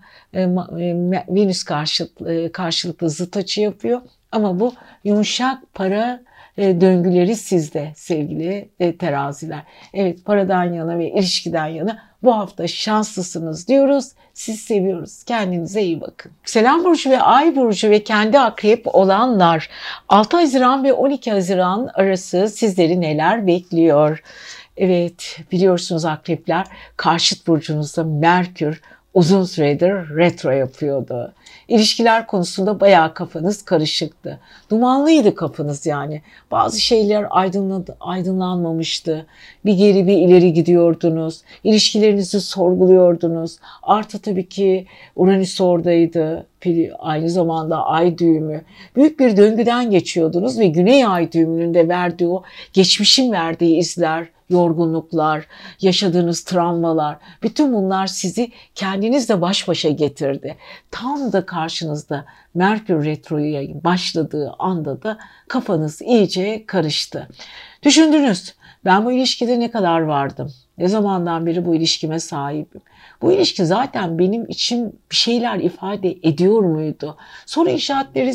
Venüs karşılıklı zıt açı yapıyor. Ama bu yumuşak para döngüleri sizde sevgili teraziler. Evet, paradan yana ve ilişkiden yana bu hafta şanslısınız diyoruz. Sizi seviyoruz. Kendinize iyi bakın. Yükselen burcu ve ay burcu ve kendi akrep olanlar 6 Haziran ve 12 Haziran arası sizleri neler bekliyor? Evet, biliyorsunuz akrepler, karşıt burcunuzda Merkür uzun süredir retro yapıyordu. İlişkiler konusunda bayağı kafanız karışıktı. Dumanlıydı kafanız yani. Bazı şeyler aydınlanmamıştı. Bir geri bir ileri gidiyordunuz. İlişkilerinizi sorguluyordunuz. Artı tabii ki Uranüs oradaydı. Aynı zamanda ay düğümü. Büyük bir döngüden geçiyordunuz ve Güney ay düğümünün de verdiği o geçmişin verdiği izler, yorgunluklar, yaşadığınız travmalar, bütün bunlar sizi kendinizle baş başa getirdi. Tam da karşınızda Merkür Retro'ya başladığı anda da kafanız iyice karıştı. Düşündünüz, ben bu ilişkide ne kadar vardım? Ne zamandan beri bu ilişkime sahibim? Bu ilişki zaten benim için bir şeyler ifade ediyor muydu? Soru işaretleri,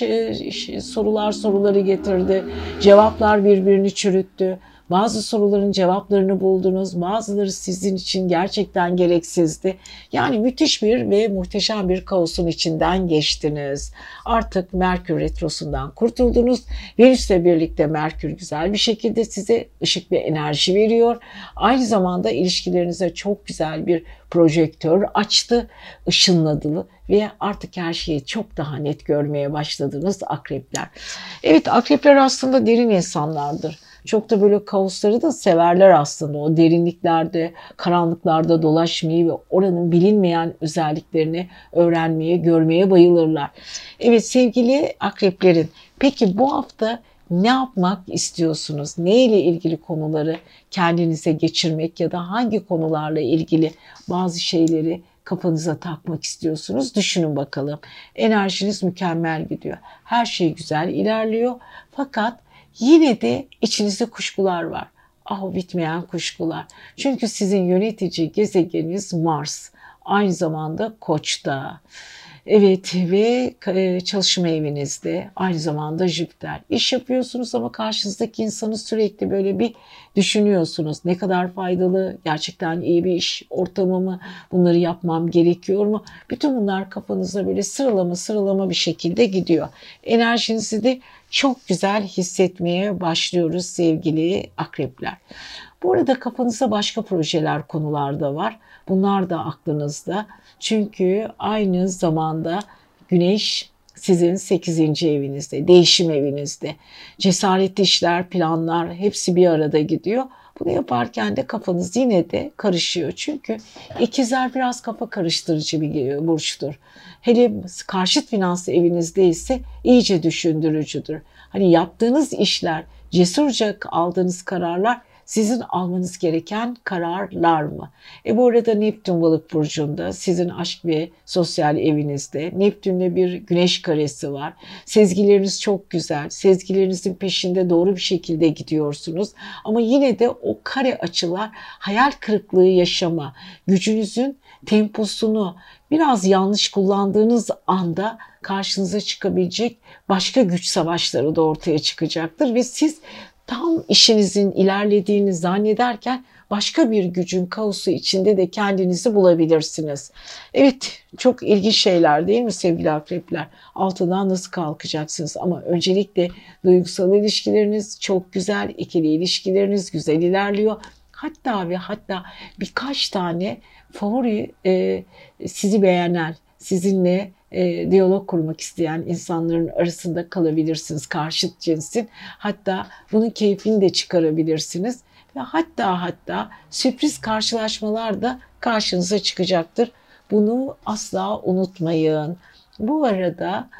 soruları getirdi. Cevaplar birbirini çürüttü. Bazı soruların cevaplarını buldunuz. Bazıları sizin için gerçekten gereksizdi. Yani müthiş bir ve muhteşem bir kaosun içinden geçtiniz. Artık Merkür Retrosu'ndan kurtuldunuz. Venüs'le birlikte Merkür güzel bir şekilde size ışık bir enerji veriyor. Aynı zamanda ilişkilerinize çok güzel bir projektör açtı, ışınladı ve artık her şeyi çok daha net görmeye başladınız akrepler. Evet, akrepler aslında derin insanlardır. Çok da böyle kaosları da severler aslında. O derinliklerde, karanlıklarda dolaşmayı ve oranın bilinmeyen özelliklerini öğrenmeye, görmeye bayılırlar. Evet sevgili akreplerin, peki bu hafta ne yapmak istiyorsunuz? Ne ile ilgili konuları kendinize geçirmek ya da hangi konularla ilgili bazı şeyleri kafanıza takmak istiyorsunuz? Düşünün bakalım. Enerjiniz mükemmel gidiyor. Her şey güzel ilerliyor. Fakat yine de içinizde kuşkular var. Ah, bitmeyen kuşkular. Çünkü sizin yönetici gezegeniniz Mars. Aynı zamanda Koç'ta. Evet ve çalışma evinizde aynı zamanda Jüpiter. İş yapıyorsunuz ama karşınızdaki insanı sürekli böyle bir düşünüyorsunuz. Ne kadar faydalı, gerçekten iyi bir iş ortamı mı, bunları yapmam gerekiyor mu? Bütün bunlar kafanızda böyle sıralama bir şekilde gidiyor. Enerjinizi de çok güzel hissetmeye başlıyoruz sevgili akrepler. Bu arada kafanızda başka projeler, konular da var. Bunlar da aklınızda. Çünkü aynı zamanda Güneş sizin 8. evinizde, değişim evinizde. Cesaretli işler, planlar hepsi bir arada gidiyor. Bunu yaparken de kafanız yine de karışıyor. Çünkü ikizler biraz kafa karıştırıcı bir burçtur. Hele karşıt finanslı evinizde ise iyice düşündürücüdür. Hani yaptığınız işler, cesurca aldığınız kararlar sizin almanız gereken kararlar mı? Bu arada Neptün Balık burcunda, sizin aşk ve sosyal evinizde. Neptün'le bir güneş karesi var. Sezgileriniz çok güzel. Sezgilerinizin peşinde doğru bir şekilde gidiyorsunuz. Ama yine de o kare açılar hayal kırıklığı yaşama, gücünüzün temposunu biraz yanlış kullandığınız anda karşınıza çıkabilecek başka güç savaşları da ortaya çıkacaktır ve siz tam işinizin ilerlediğini zannederken başka bir gücün kaosu içinde de kendinizi bulabilirsiniz. Evet, çok ilginç şeyler değil mi sevgili akrepler? Altından nasıl kalkacaksınız? Ama öncelikle duygusal ilişkileriniz çok güzel, ikili ilişkileriniz güzel ilerliyor. Hatta ve hatta birkaç tane favori sizi beğenen, sizinle diyalog kurmak isteyen insanların arasında kalabilirsiniz, karşıt cinsin. Hatta bunun keyfini de çıkarabilirsiniz. Ve hatta sürpriz karşılaşmalar da karşınıza çıkacaktır. Bunu asla unutmayın. Bu arada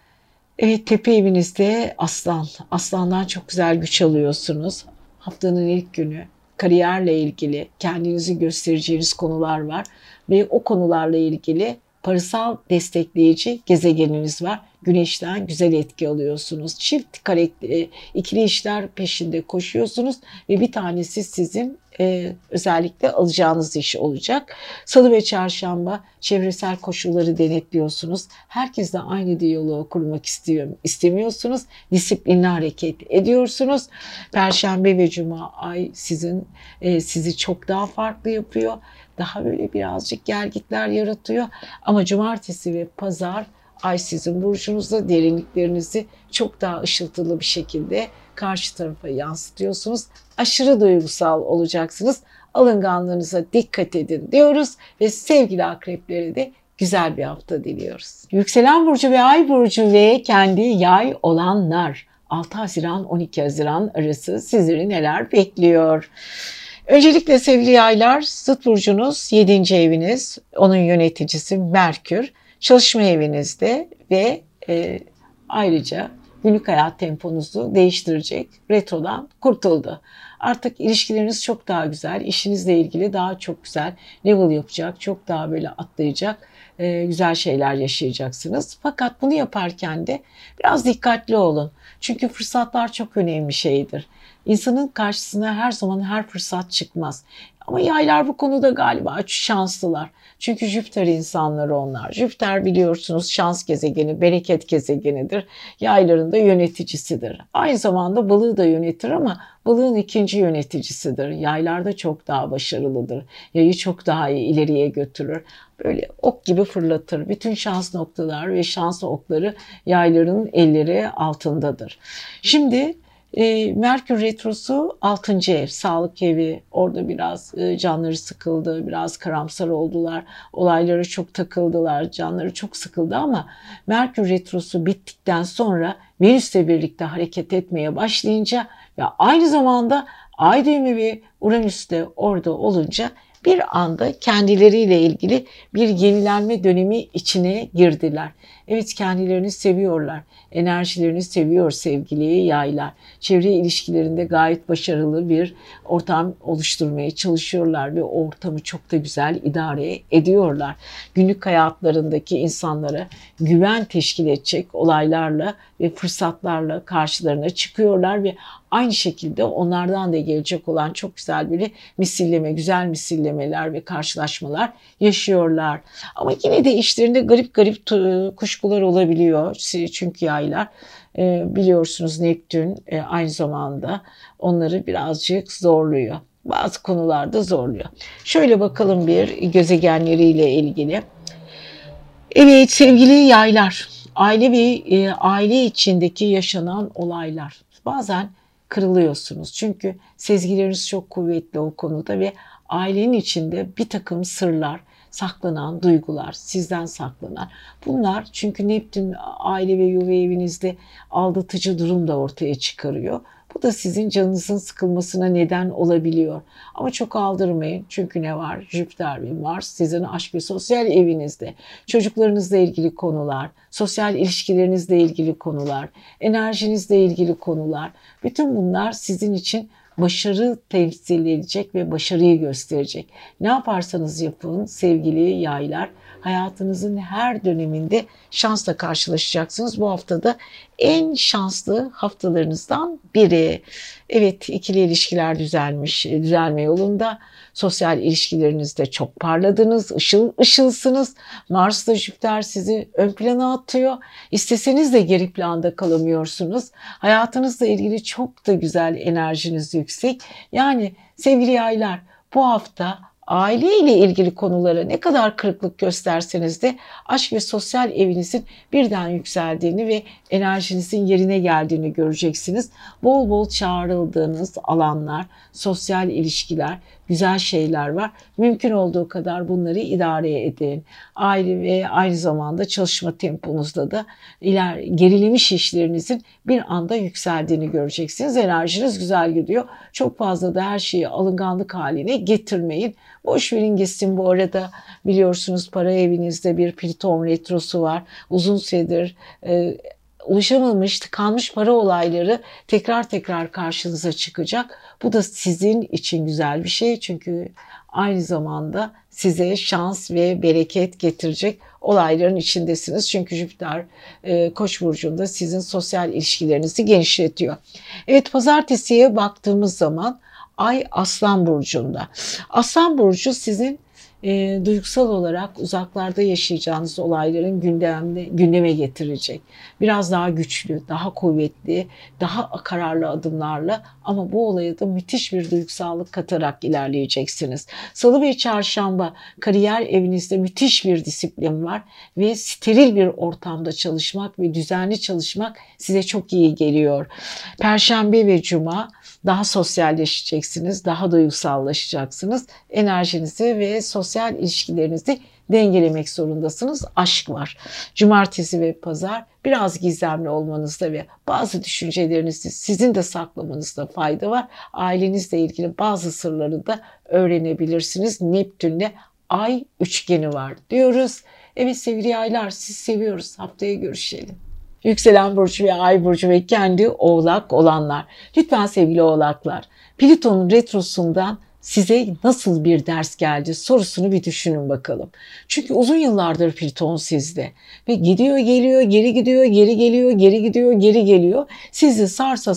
tepe evinizde aslan. Aslandan çok güzel güç alıyorsunuz. Haftanın ilk günü kariyerle ilgili kendinizi göstereceğiniz konular var. Ve o konularla ilgili parasal destekleyici gezegeniniz var. Güneşten güzel etki alıyorsunuz. Çift karakter, ikili işler peşinde koşuyorsunuz ve bir tanesi sizin özellikle alacağınız iş olacak. Salı ve çarşamba çevresel koşulları denetliyorsunuz. Herkesle aynı diyaloğu kurmak istemiyorsunuz. Disiplinli hareket ediyorsunuz. Perşembe ve cuma ay sizi çok daha farklı yapıyor. Daha böyle birazcık gelgitler yaratıyor. Ama cumartesi ve pazar ay sizin burcunuzda derinliklerinizi çok daha ışıltılı bir şekilde karşı tarafa yansıtıyorsunuz. Aşırı duygusal olacaksınız. Alınganlığınıza dikkat edin diyoruz ve sevgili akreplere de güzel bir hafta diliyoruz. Yükselen burcu ve ay burcu ve kendi yay olanlar 6 Haziran 12 Haziran arası sizleri neler bekliyor? Öncelikle sevgili yaylar, zıt burcunuz 7. eviniz, onun yöneticisi Merkür. Çalışma evinizde ve ayrıca günlük hayat temponuzu değiştirecek, retrodan kurtuldu. Artık ilişkileriniz çok daha güzel, işinizle ilgili daha çok güzel level yapacak, çok daha böyle atlayacak güzel şeyler yaşayacaksınız. Fakat bunu yaparken de biraz dikkatli olun. Çünkü fırsatlar çok önemli şeydir. İnsanın karşısına her zaman her fırsat çıkmaz. Ama yaylar bu konuda galiba şanslılar. Çünkü Jüpiter insanları onlar. Jüpiter biliyorsunuz şans gezegeni, bereket gezegenidir. Yayların da yöneticisidir. Aynı zamanda balığı da yönetir ama balığın ikinci yöneticisidir. Yaylar da çok daha başarılıdır. Yayı çok daha iyi ileriye götürür. Böyle ok gibi fırlatır. Bütün şans noktalar ve şans okları yayların elleri altındadır. Şimdi Merkür Retrosu 6. ev, sağlık evi. Orada biraz canları sıkıldı, biraz karamsar oldular. Olaylara çok takıldılar, canları çok sıkıldı ama Merkür Retrosu bittikten sonra Venüs'le birlikte hareket etmeye başlayınca ve aynı zamanda Ay düğümü ve Uranüs de orada olunca bir anda kendileriyle ilgili bir yenilenme dönemi içine girdiler. Evet, kendilerini seviyorlar. Enerjilerini seviyor sevgili yaylar. Çevre ilişkilerinde gayet başarılı bir ortam oluşturmaya çalışıyorlar ve o ortamı çok da güzel idare ediyorlar. Günlük hayatlarındaki insanlara güven teşkil edecek olaylarla ve fırsatlarla karşılarına çıkıyorlar ve aynı şekilde onlardan da gelecek olan çok güzel bir misilleme, güzel misillemeler ve karşılaşmalar yaşıyorlar. Ama yine de işlerinde garip garip kuşkular olabiliyor. Çünkü yaylar biliyorsunuz Neptün aynı zamanda onları birazcık zorluyor. Bazı konularda zorluyor. Şöyle bakalım bir gezegenleriyle ilgili. Evet sevgili yaylar, aile ve aile içindeki yaşanan olaylar. Bazen kırılıyorsunuz. Çünkü sezgileriniz çok kuvvetli o konuda ve ailenin içinde bir takım sırlar, saklanan duygular, sizden saklanan. Bunlar çünkü Neptün aile ve yuva evinizde aldatıcı durum da ortaya çıkarıyor. Bu da sizin canınızın sıkılmasına neden olabiliyor. Ama çok aldırmayın. Çünkü ne var? Jüpiter ve Mars sizin aşk ve sosyal evinizde. Çocuklarınızla ilgili konular, sosyal ilişkilerinizle ilgili konular, enerjinizle ilgili konular. Bütün bunlar sizin için başarı temsil edecek ve başarıyı gösterecek. Ne yaparsanız yapın sevgili yaylar, hayatınızın her döneminde şansla karşılaşacaksınız. Bu haftada en şanslı haftalarınızdan biri. Evet, ikili ilişkiler düzelme yolunda. Sosyal ilişkilerinizde çok parladınız, ışıl ışılsınız. Mars'la Jüpiter sizi ön plana atıyor. İsteseniz de geri planda kalamıyorsunuz. Hayatınızla ilgili çok da güzel enerjiniz yüksek. Yani sevgili yaylar, bu hafta aile ile ilgili konulara ne kadar kırıklık gösterseniz de aşk ve sosyal evinizin birden yükseldiğini ve enerjinizin yerine geldiğini göreceksiniz. Bol bol çağrıldığınız alanlar, sosyal ilişkiler, güzel şeyler var. Mümkün olduğu kadar bunları idare edin. Aile ve aynı zamanda çalışma temponuzda da gerilemiş işlerinizin bir anda yükseldiğini göreceksiniz. Enerjiniz güzel gidiyor. Çok fazla da her şeyi alınganlık haline getirmeyin. Boş verin gitsin. Bu arada biliyorsunuz para evinizde bir Plüton retrosu var. Uzun süredir ulaşamamış, tıkanmış para olayları tekrar karşınıza çıkacak. Bu da sizin için güzel bir şey. Çünkü aynı zamanda size şans ve bereket getirecek olayların içindesiniz. Çünkü Jüpiter Koç burcunda sizin sosyal ilişkilerinizi genişletiyor. Evet, pazartesiye baktığımız zaman Ay Aslan burcunda. Aslan burcu sizin duygusal olarak uzaklarda yaşayacağınız olayların gündeme getirecek. Biraz daha güçlü, daha kuvvetli, daha kararlı adımlarla ama bu olaya da müthiş bir duygusallık katarak ilerleyeceksiniz. Salı ve çarşamba kariyer evinizde müthiş bir disiplin var ve steril bir ortamda çalışmak ve düzenli çalışmak size çok iyi geliyor. Perşembe ve cuma daha sosyalleşeceksiniz, daha duygusallaşacaksınız. Enerjinizi ve sosyal ilişkilerinizi dengelemek zorundasınız. Aşk var. Cumartesi ve pazar biraz gizemli olmanızda ve bazı düşüncelerinizi sizin de saklamanızda fayda var. Ailenizle ilgili bazı sırları da öğrenebilirsiniz. Neptün'le Ay üçgeni var diyoruz. Evet sevgili yaylar, sizi seviyoruz. Haftaya görüşelim. Yükselen burcu ve ay burcu ve kendi oğlak olanlar. Lütfen sevgili oğlaklar, Plüton'un retrosundan size nasıl bir ders geldi sorusunu bir düşünün bakalım. Çünkü uzun yıllardır Plüton sizde ve gidiyor geliyor, geri gidiyor, geri geliyor, geri gidiyor, geri geliyor. Sizi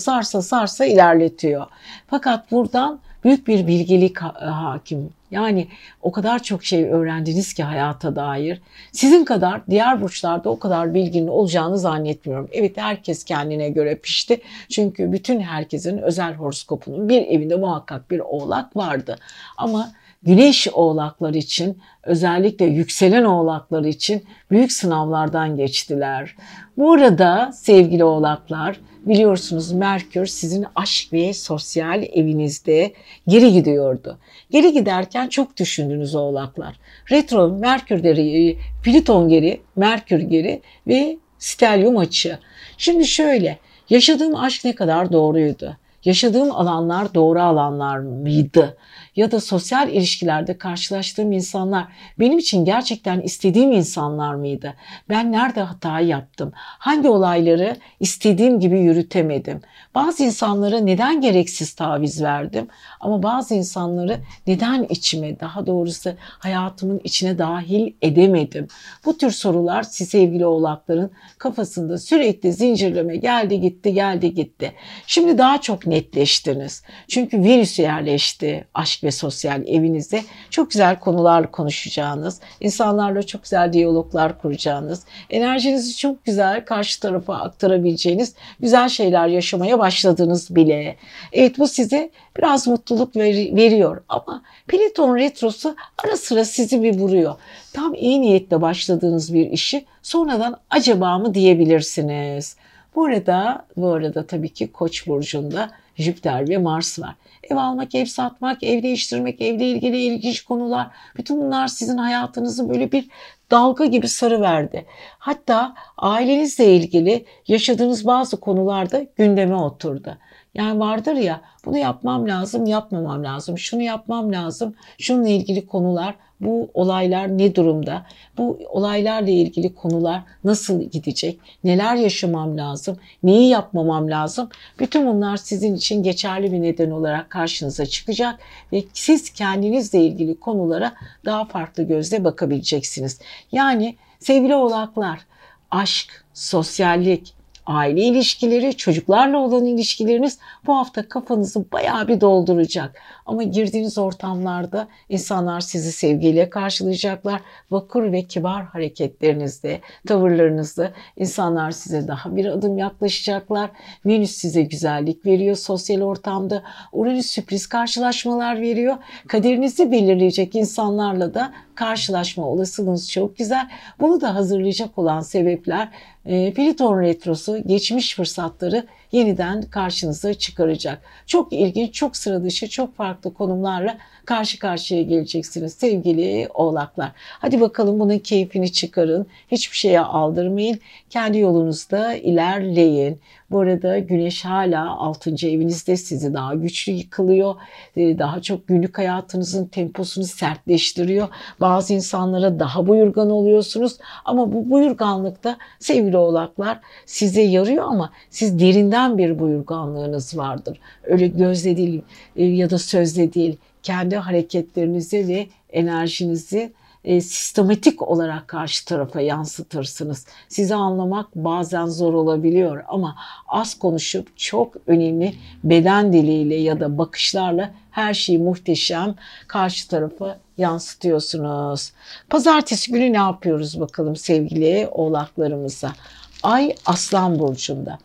sarsa ilerletiyor. Fakat buradan büyük bir bilgelik hakim. Yani o kadar çok şey öğrendiniz ki hayata dair. Sizin kadar diğer burçlarda o kadar bilginin olacağını zannetmiyorum. Evet, herkes kendine göre pişti. Çünkü bütün herkesin özel horoskopunun bir evinde muhakkak bir oğlak vardı. Ama Güneş oğlaklar için, özellikle yükselen oğlaklar için büyük sınavlardan geçtiler. Bu arada sevgili oğlaklar, biliyorsunuz Merkür sizin aşk ve sosyal evinizde geri gidiyordu. Geri giderken çok düşündünüz oğlaklar. Retro Merkür geri, Plüton geri, Merkür geri ve stelyum açı. Şimdi şöyle, yaşadığım aşk ne kadar doğruydu? Yaşadığım alanlar doğru alanlar mıydı? Ya da sosyal ilişkilerde karşılaştığım insanlar benim için gerçekten istediğim insanlar mıydı? Ben nerede hata yaptım? Hangi olayları istediğim gibi yürütemedim? Bazı insanlara neden gereksiz taviz verdim? Ama bazı insanları neden içime, daha doğrusu hayatımın içine dahil edemedim? Bu tür sorular siz sevgili oğlakların kafasında sürekli zincirleme geldi gitti. Şimdi daha çok netleştiniz. Çünkü Venüs yerleşti aşk ve sosyal evinizde. Çok güzel konular konuşacağınız, insanlarla çok güzel diyaloglar kuracağınız, enerjinizi çok güzel karşı tarafa aktarabileceğiniz güzel şeyler yaşamaya başladınız bile. Evet, bu size biraz mutluluk veriyor ama Plüton retrosu ara sıra sizi bir vuruyor. Tam iyi niyetle başladığınız bir işi sonradan acaba mı diyebilirsiniz. Bu arada tabii ki Koç burcunda Jüpiter ve Mars var. Ev almak, ev satmak, ev değiştirmek, evle ilgili ilginç konular. Bütün bunlar sizin hayatınızı böyle bir dalga gibi sarıverdi. Hatta ailenizle ilgili yaşadığınız bazı konularda gündeme oturdu. Yani vardır ya, bunu yapmam lazım, yapmamam lazım, şunu yapmam lazım, şununla ilgili konular, bu olaylar ne durumda, bu olaylarla ilgili konular nasıl gidecek, neler yaşamam lazım, neyi yapmamam lazım. Bütün bunlar sizin için geçerli bir neden olarak karşınıza çıkacak ve siz kendinizle ilgili konulara daha farklı gözle bakabileceksiniz. Yani sevgili oğlaklar, aşk, sosyallik, aile ilişkileri, çocuklarla olan ilişkileriniz bu hafta kafanızı bayağı bir dolduracak. Ama girdiğiniz ortamlarda insanlar sizi sevgiyle karşılayacaklar. Vakur ve kibar hareketlerinizde, tavırlarınızda insanlar size daha bir adım yaklaşacaklar. Venüs size güzellik veriyor sosyal ortamda. Uranüs sürpriz karşılaşmalar veriyor. Kaderinizi belirleyecek insanlarla da karşılaşma olasılığınız çok güzel. Bunu da hazırlayacak olan sebepler Plüton retrosu geçmiş fırsatları yeniden karşınıza çıkaracak. Çok ilginç, çok sıra dışı, çok farklı konumlarla karşı karşıya geleceksiniz sevgili oğlaklar. Hadi bakalım bunun keyfini çıkarın. Hiçbir şeye aldırmayın. Kendi yolunuzda ilerleyin. Bu arada Güneş hala 6. evinizde sizi daha güçlü kılıyor. Daha çok günlük hayatınızın temposunu sertleştiriyor. Bazı insanlara daha buyurgan oluyorsunuz. Ama bu buyurganlıkta sevgili oğlaklar size yarıyor ama siz derinden bir buyurganlığınız vardır. Öyle gözle değil ya da sözle değil. Kendi hareketlerinizi ve enerjinizi sistematik olarak karşı tarafa yansıtırsınız. Sizi anlamak bazen zor olabiliyor ama az konuşup çok önemli beden diliyle ya da bakışlarla her şeyi muhteşem karşı tarafa yansıtıyorsunuz. Pazartesi günü ne yapıyoruz bakalım sevgili oğlaklarımıza? Ay Aslan Burcu'nda.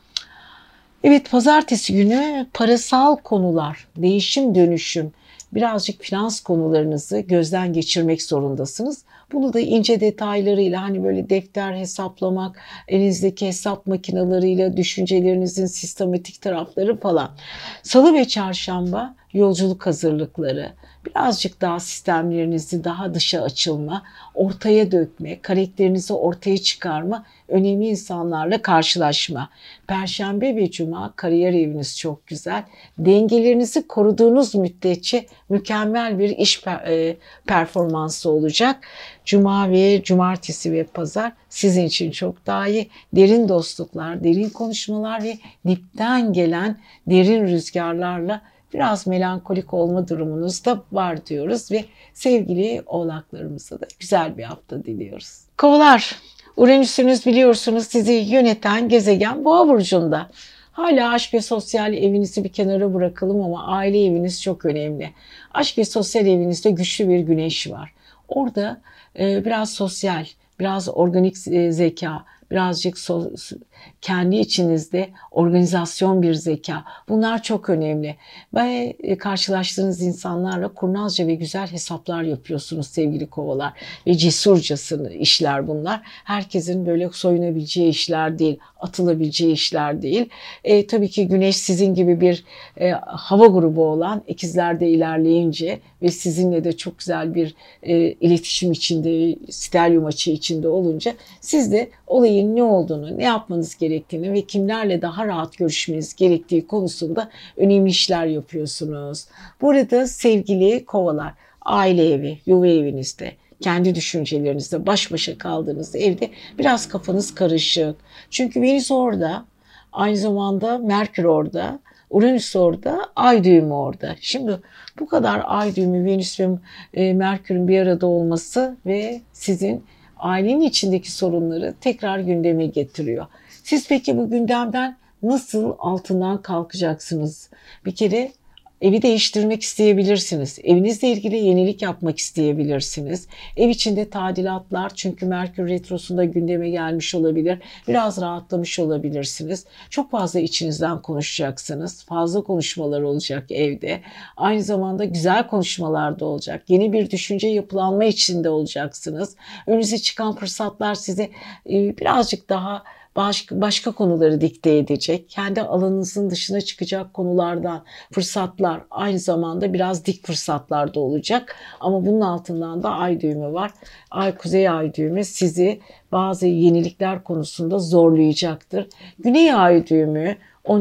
Evet, pazartesi günü parasal konular, değişim dönüşüm, birazcık finans konularınızı gözden geçirmek zorundasınız. Bunu da ince detaylarıyla hani böyle defter hesaplamak, elinizdeki hesap makinalarıyla düşüncelerinizin sistematik tarafları falan. Salı ve çarşamba yolculuk hazırlıkları, birazcık daha sistemlerinizi daha dışa açılma, ortaya dökme, karakterinizi ortaya çıkarma, önemli insanlarla karşılaşma. Perşembe ve cuma kariyer eviniz çok güzel. Dengelerinizi koruduğunuz müddetçe mükemmel bir iş performansı olacak. Cuma ve cumartesi ve pazar sizin için çok daha iyi. Derin dostluklar, derin konuşmalar ve dipten gelen derin rüzgarlarla biraz melankolik olma durumunuz da var diyoruz ve sevgili oğlaklarımıza da güzel bir hafta diliyoruz. Kovalar, Uranüs'ünüz biliyorsunuz sizi yöneten gezegen Boğa burcunda. Hala aşk ve sosyal evinizi bir kenara bırakalım ama aile eviniz çok önemli. Aşk ve sosyal evinizde güçlü bir güneş var. Orada biraz sosyal, biraz organik zeka, birazcık kendi içinizde organizasyon bir zeka. Bunlar çok önemli. Ve karşılaştığınız insanlarla kurnazca ve güzel hesaplar yapıyorsunuz sevgili kovalar. Ve cesurcasını işler bunlar. Herkesin böyle soyunabileceği işler değil, atılabileceği işler değil. Tabii ki Güneş sizin gibi bir hava grubu olan ikizlerde ilerleyince ve sizinle de çok güzel bir iletişim içinde, stelyum açı içinde olunca siz de olayın ne olduğunu, ne yapmanız gerektiğini ve kimlerle daha rahat görüşmeniz gerektiği konusunda önemli işler yapıyorsunuz. Burada sevgili kovalar, aile evi, yuva evinizde, kendi düşüncelerinizde baş başa kaldığınız evde biraz kafanız karışık. Çünkü Venüs orada, aynı zamanda Merkür orada, Uranüs orada, ay düğümü orada. Şimdi bu kadar ay düğümü, Venüs ve Merkür'ün bir arada olması ve sizin ailenin içindeki sorunları tekrar gündeme getiriyor. Siz peki bu gündemden nasıl altından kalkacaksınız? Bir kere evi değiştirmek isteyebilirsiniz. Evinizle ilgili yenilik yapmak isteyebilirsiniz. Ev içinde tadilatlar, çünkü Merkür Retrosu'nda gündeme gelmiş olabilir. Biraz rahatlamış olabilirsiniz. Çok fazla içinizden konuşacaksınız. Fazla konuşmalar olacak evde. Aynı zamanda güzel konuşmalar da olacak. Yeni bir düşünce yapılanma içinde olacaksınız. Önünüze çıkan fırsatlar size birazcık daha başka konuları dikte edecek. Kendi alanınızın dışına çıkacak konulardan fırsatlar, aynı zamanda biraz dik fırsatlar da olacak. Ama bunun altından da ay düğümü var. Kuzey ay düğümü sizi bazı yenilikler konusunda zorlayacaktır. Güney ay düğümü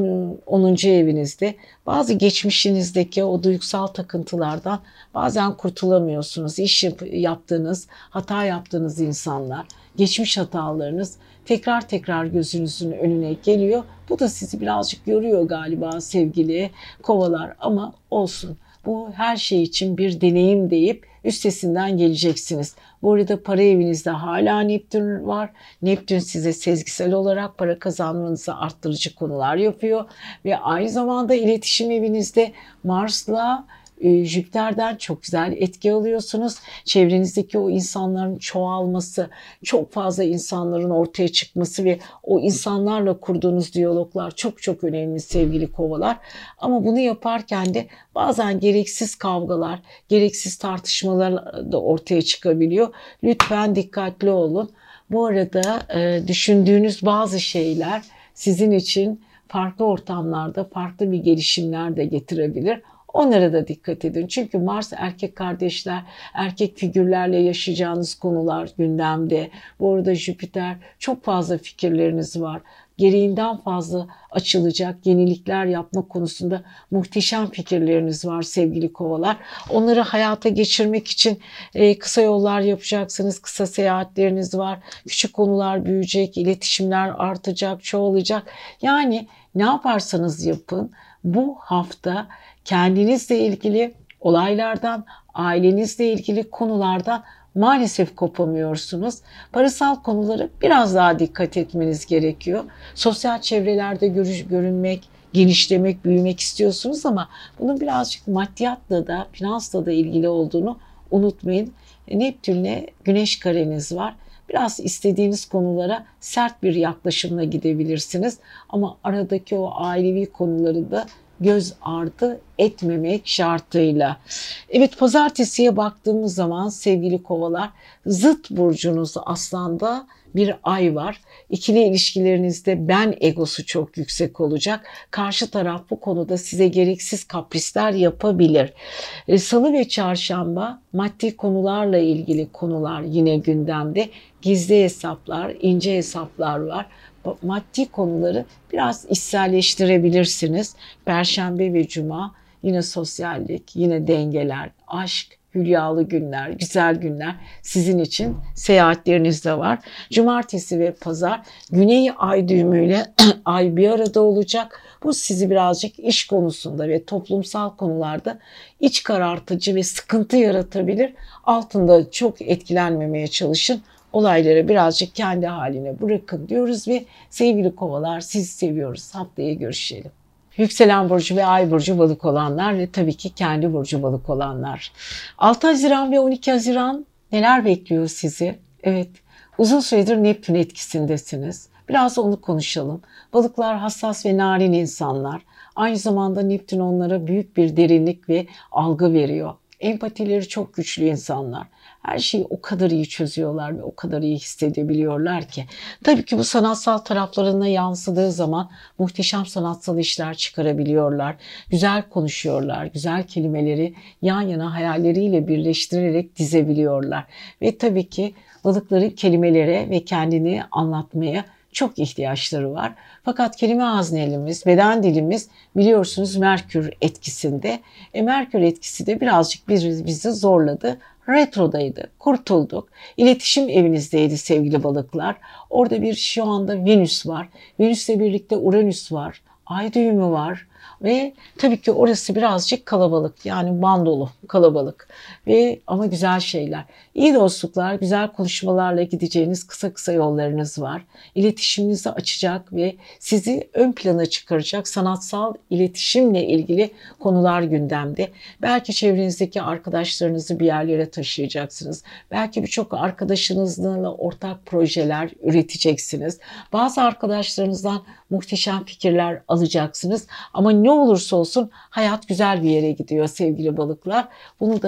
10. evinizde bazı geçmişinizdeki o duygusal takıntılardan bazen kurtulamıyorsunuz. İş yaptığınız, hata yaptığınız insanlar, geçmiş hatalarınız tekrar tekrar gözünüzün önüne geliyor. Bu da sizi birazcık yoruyor galiba sevgili kovalar, ama olsun. Bu her şey için bir deneyim deyip üstesinden geleceksiniz. Bu arada para evinizde hala Neptün var. Neptün size sezgisel olarak para kazanmanızı arttırıcı konular yapıyor. Ve aynı zamanda iletişim evinizde Mars'la Jüpiter'den çok güzel etki alıyorsunuz. Çevrenizdeki o insanların çoğalması, çok fazla insanların ortaya çıkması ve o insanlarla kurduğunuz diyaloglar çok çok önemli sevgili kovalar. Ama bunu yaparken de bazen gereksiz kavgalar, gereksiz tartışmalar da ortaya çıkabiliyor. Lütfen dikkatli olun. Bu arada düşündüğünüz bazı şeyler sizin için farklı ortamlarda farklı bir gelişimler de getirebilir. Onlara da dikkat edin. Çünkü Mars erkek kardeşler, erkek figürlerle yaşayacağınız konular gündemde. Bu arada Jüpiter, çok fazla fikirleriniz var. Gereğinden fazla açılacak yenilikler yapma konusunda muhteşem fikirleriniz var sevgili kovalar. Onları hayata geçirmek için kısa yollar yapacaksınız, kısa seyahatleriniz var. Küçük konular büyüyecek, iletişimler artacak, çoğalacak. Yani ne yaparsanız yapın bu hafta kendinizle ilgili olaylardan, ailenizle ilgili konulardan maalesef kopamıyorsunuz. Parasal konuları biraz daha dikkat etmeniz gerekiyor. Sosyal çevrelerde görünmek, genişlemek, büyümek istiyorsunuz ama bunun birazcık maddiyatla da, finansla da ilgili olduğunu unutmayın. Neptün'le Güneş kareniz var. Biraz istediğiniz konulara sert bir yaklaşımla gidebilirsiniz. Ama aradaki o ailevi konuları da göz ardı etmemek şartıyla. Evet, pazartesiye baktığımız zaman sevgili kovalar, zıt burcunuz Aslan'da bir ay var. İkili ilişkilerinizde ben egosu çok yüksek olacak. Karşı taraf bu konuda size gereksiz kaprisler yapabilir. Salı ve çarşamba maddi konularla ilgili konular yine gündemde. Gizli hesaplar, ince hesaplar var. Maddi konuları biraz içselleştirebilirsiniz. Perşembe ve cuma yine sosyallik, yine dengeler, aşk, hülyalı günler, güzel günler sizin için seyahatleriniz de var. Cumartesi ve pazar Güney ay düğümüyle ay bir arada olacak. Bu sizi birazcık iş konusunda ve toplumsal konularda iç karartıcı ve sıkıntı yaratabilir. Altında çok etkilenmemeye çalışın. Olayları birazcık kendi haline bırakın diyoruz ve sevgili kovalar, sizi seviyoruz. Haftaya görüşelim. Yükselen burcu ve ay burcu balık olanlar ve tabii ki kendi burcu balık olanlar. 6 Haziran ve 12 Haziran neler bekliyor sizi? Evet, uzun süredir Neptün etkisindesiniz. Biraz onu konuşalım. Balıklar hassas ve narin insanlar. Aynı zamanda Neptün onlara büyük bir derinlik ve algı veriyor. Empatileri çok güçlü insanlar. Her şeyi o kadar iyi çözüyorlar ve o kadar iyi hissedebiliyorlar ki. Tabii ki bu sanatsal taraflarına yansıdığı zaman muhteşem sanatsal işler çıkarabiliyorlar. Güzel konuşuyorlar, güzel kelimeleri yan yana hayalleriyle birleştirerek dizebiliyorlar. Ve tabii ki balıkların kelimelere ve kendini anlatmaya çok ihtiyaçları var. Fakat kelime haznelimiz, beden dilimiz biliyorsunuz Merkür etkisinde. Merkür etkisi de birazcık bizi zorladı. Retrodaydı, kurtulduk. İletişim evinizdeydi sevgili balıklar. Orada şu anda Venüs var. Venüs'le birlikte Uranüs var. Ay düğümü var. Ve tabii ki orası birazcık kalabalık, yani bandolu kalabalık ama güzel şeyler. İyi dostluklar, güzel konuşmalarla gideceğiniz kısa kısa yollarınız var. İletişiminizi açacak ve sizi ön plana çıkaracak sanatsal iletişimle ilgili konular gündemde. Belki çevrenizdeki arkadaşlarınızı bir yerlere taşıyacaksınız. Belki birçok arkadaşınızla ortak projeler üreteceksiniz. Bazı arkadaşlarınızdan muhteşem fikirler alacaksınız. Ama ne olursa olsun hayat güzel bir yere gidiyor sevgili balıklar. Bunu da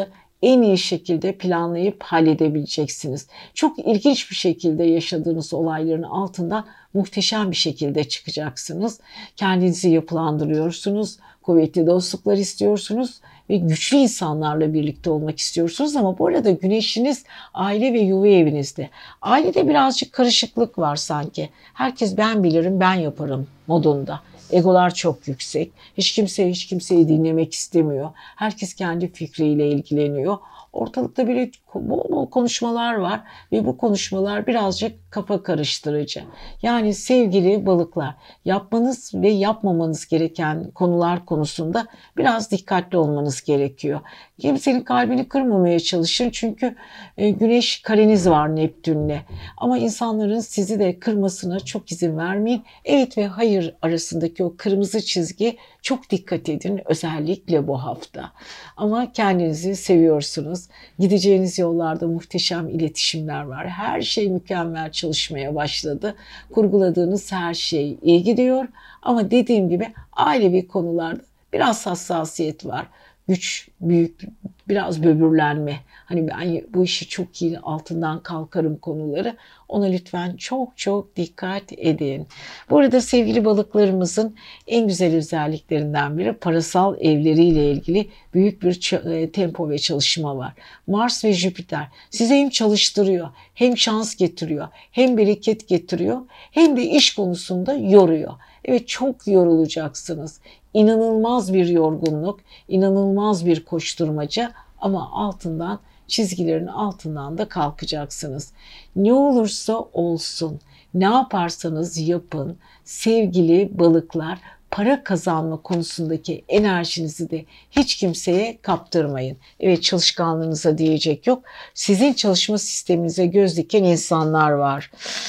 en iyi şekilde planlayıp halledebileceksiniz. Çok ilginç bir şekilde yaşadığınız olayların altından muhteşem bir şekilde çıkacaksınız. Kendinizi yapılandırıyorsunuz, kuvvetli dostluklar istiyorsunuz ve güçlü insanlarla birlikte olmak istiyorsunuz ama bu arada güneşiniz aile ve yuva evinizde. Ailede birazcık karışıklık var sanki. Herkes ben bilirim, ben yaparım modunda. Egolar çok yüksek. Hiç kimseyi dinlemek istemiyor. Herkes kendi fikriyle ilgileniyor. Ortalıkta böyle bol bol konuşmalar var ve bu konuşmalar birazcık kafa karıştırıcı. Yani sevgili balıklar, yapmanız ve yapmamanız gereken konular konusunda biraz dikkatli olmanız gerekiyor. Kimsenin kalbini kırmamaya çalışın çünkü güneş kareniz var Neptün'le. Ama insanların sizi de kırmasına çok izin vermeyin. Evet ve hayır arasındaki o kırmızı çizgi, çok dikkat edin özellikle bu hafta. Ama kendinizi seviyorsunuz. Gideceğiniz yollarda muhteşem iletişimler var. Her şey mükemmel çalışmaya başladı. Kurguladığınız her şey iyi gidiyor. Ama dediğim gibi ailevi konularda biraz hassasiyet var. Güç, büyük, biraz böbürlenme. Hani ben bu işi çok iyi altından kalkarım konuları. Ona lütfen çok çok dikkat edin. Bu arada sevgili balıklarımızın en güzel özelliklerinden biri parasal evleriyle ilgili büyük bir tempo ve çalışma var. Mars ve Jüpiter size hem çalıştırıyor, hem şans getiriyor, hem bereket getiriyor, hem de iş konusunda yoruyor. Evet, çok yorulacaksınız. İnanılmaz bir yorgunluk, inanılmaz bir koşturmaca ama altından, çizgilerin altından da kalkacaksınız. Ne olursa olsun, ne yaparsanız yapın sevgili balıklar, para kazanma konusundaki enerjinizi de hiç kimseye kaptırmayın. Evet, çalışkanlığınıza diyecek yok. Sizin çalışma sisteminize göz diken insanlar var.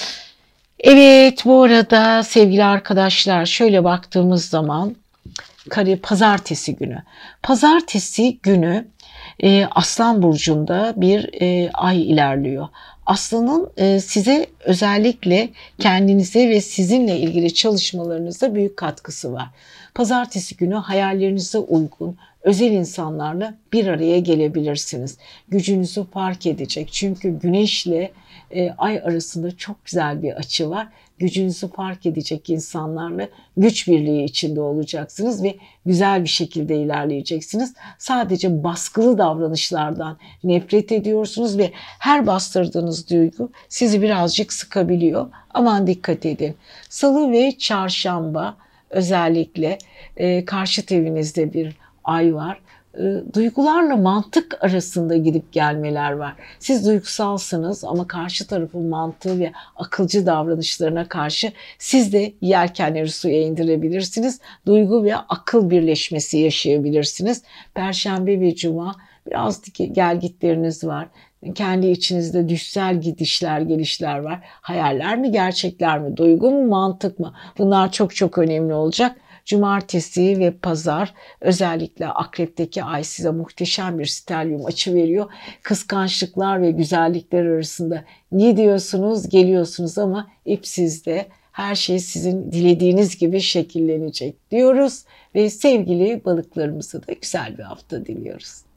Evet, bu arada sevgili arkadaşlar, şöyle baktığımız zaman pazartesi günü. Pazartesi günü Aslan burcunda bir ay ilerliyor. Aslanın size özellikle kendinize ve sizinle ilgili çalışmalarınıza büyük katkısı var. Pazartesi günü hayallerinize uygun özel insanlarla bir araya gelebilirsiniz. Gücünüzü fark edecek. Çünkü güneşle ay arasında çok güzel bir açı var. Gücünüzü fark edecek insanlarla güç birliği içinde olacaksınız ve güzel bir şekilde ilerleyeceksiniz. Sadece baskılı davranışlardan nefret ediyorsunuz ve her bastırdığınız duygu sizi birazcık sıkabiliyor. Aman dikkat edin. Salı ve çarşamba özellikle karşıt evinizde bir ay var. Duygularla mantık arasında gidip gelmeler var. Siz duygusalsınız ama karşı tarafın mantığı ve akılcı davranışlarına karşı siz de yelkenleri suya indirebilirsiniz. Duygu ve akıl birleşmesi yaşayabilirsiniz. Perşembe ve cuma biraz gelgitleriniz var. Kendi içinizde düşsel gidişler, gelişler var. Hayaller mi, gerçekler mi, duygu mu, mantık mı? Bunlar çok çok önemli olacak. Cumartesi ve pazar özellikle akrepteki ay size muhteşem bir stelyum açı veriyor. Kıskançlıklar ve güzellikler arasında gidiyorsunuz, geliyorsunuz ama ip sizde. Her şey sizin dilediğiniz gibi şekillenecek diyoruz ve sevgili balıklarımıza da güzel bir hafta diliyoruz.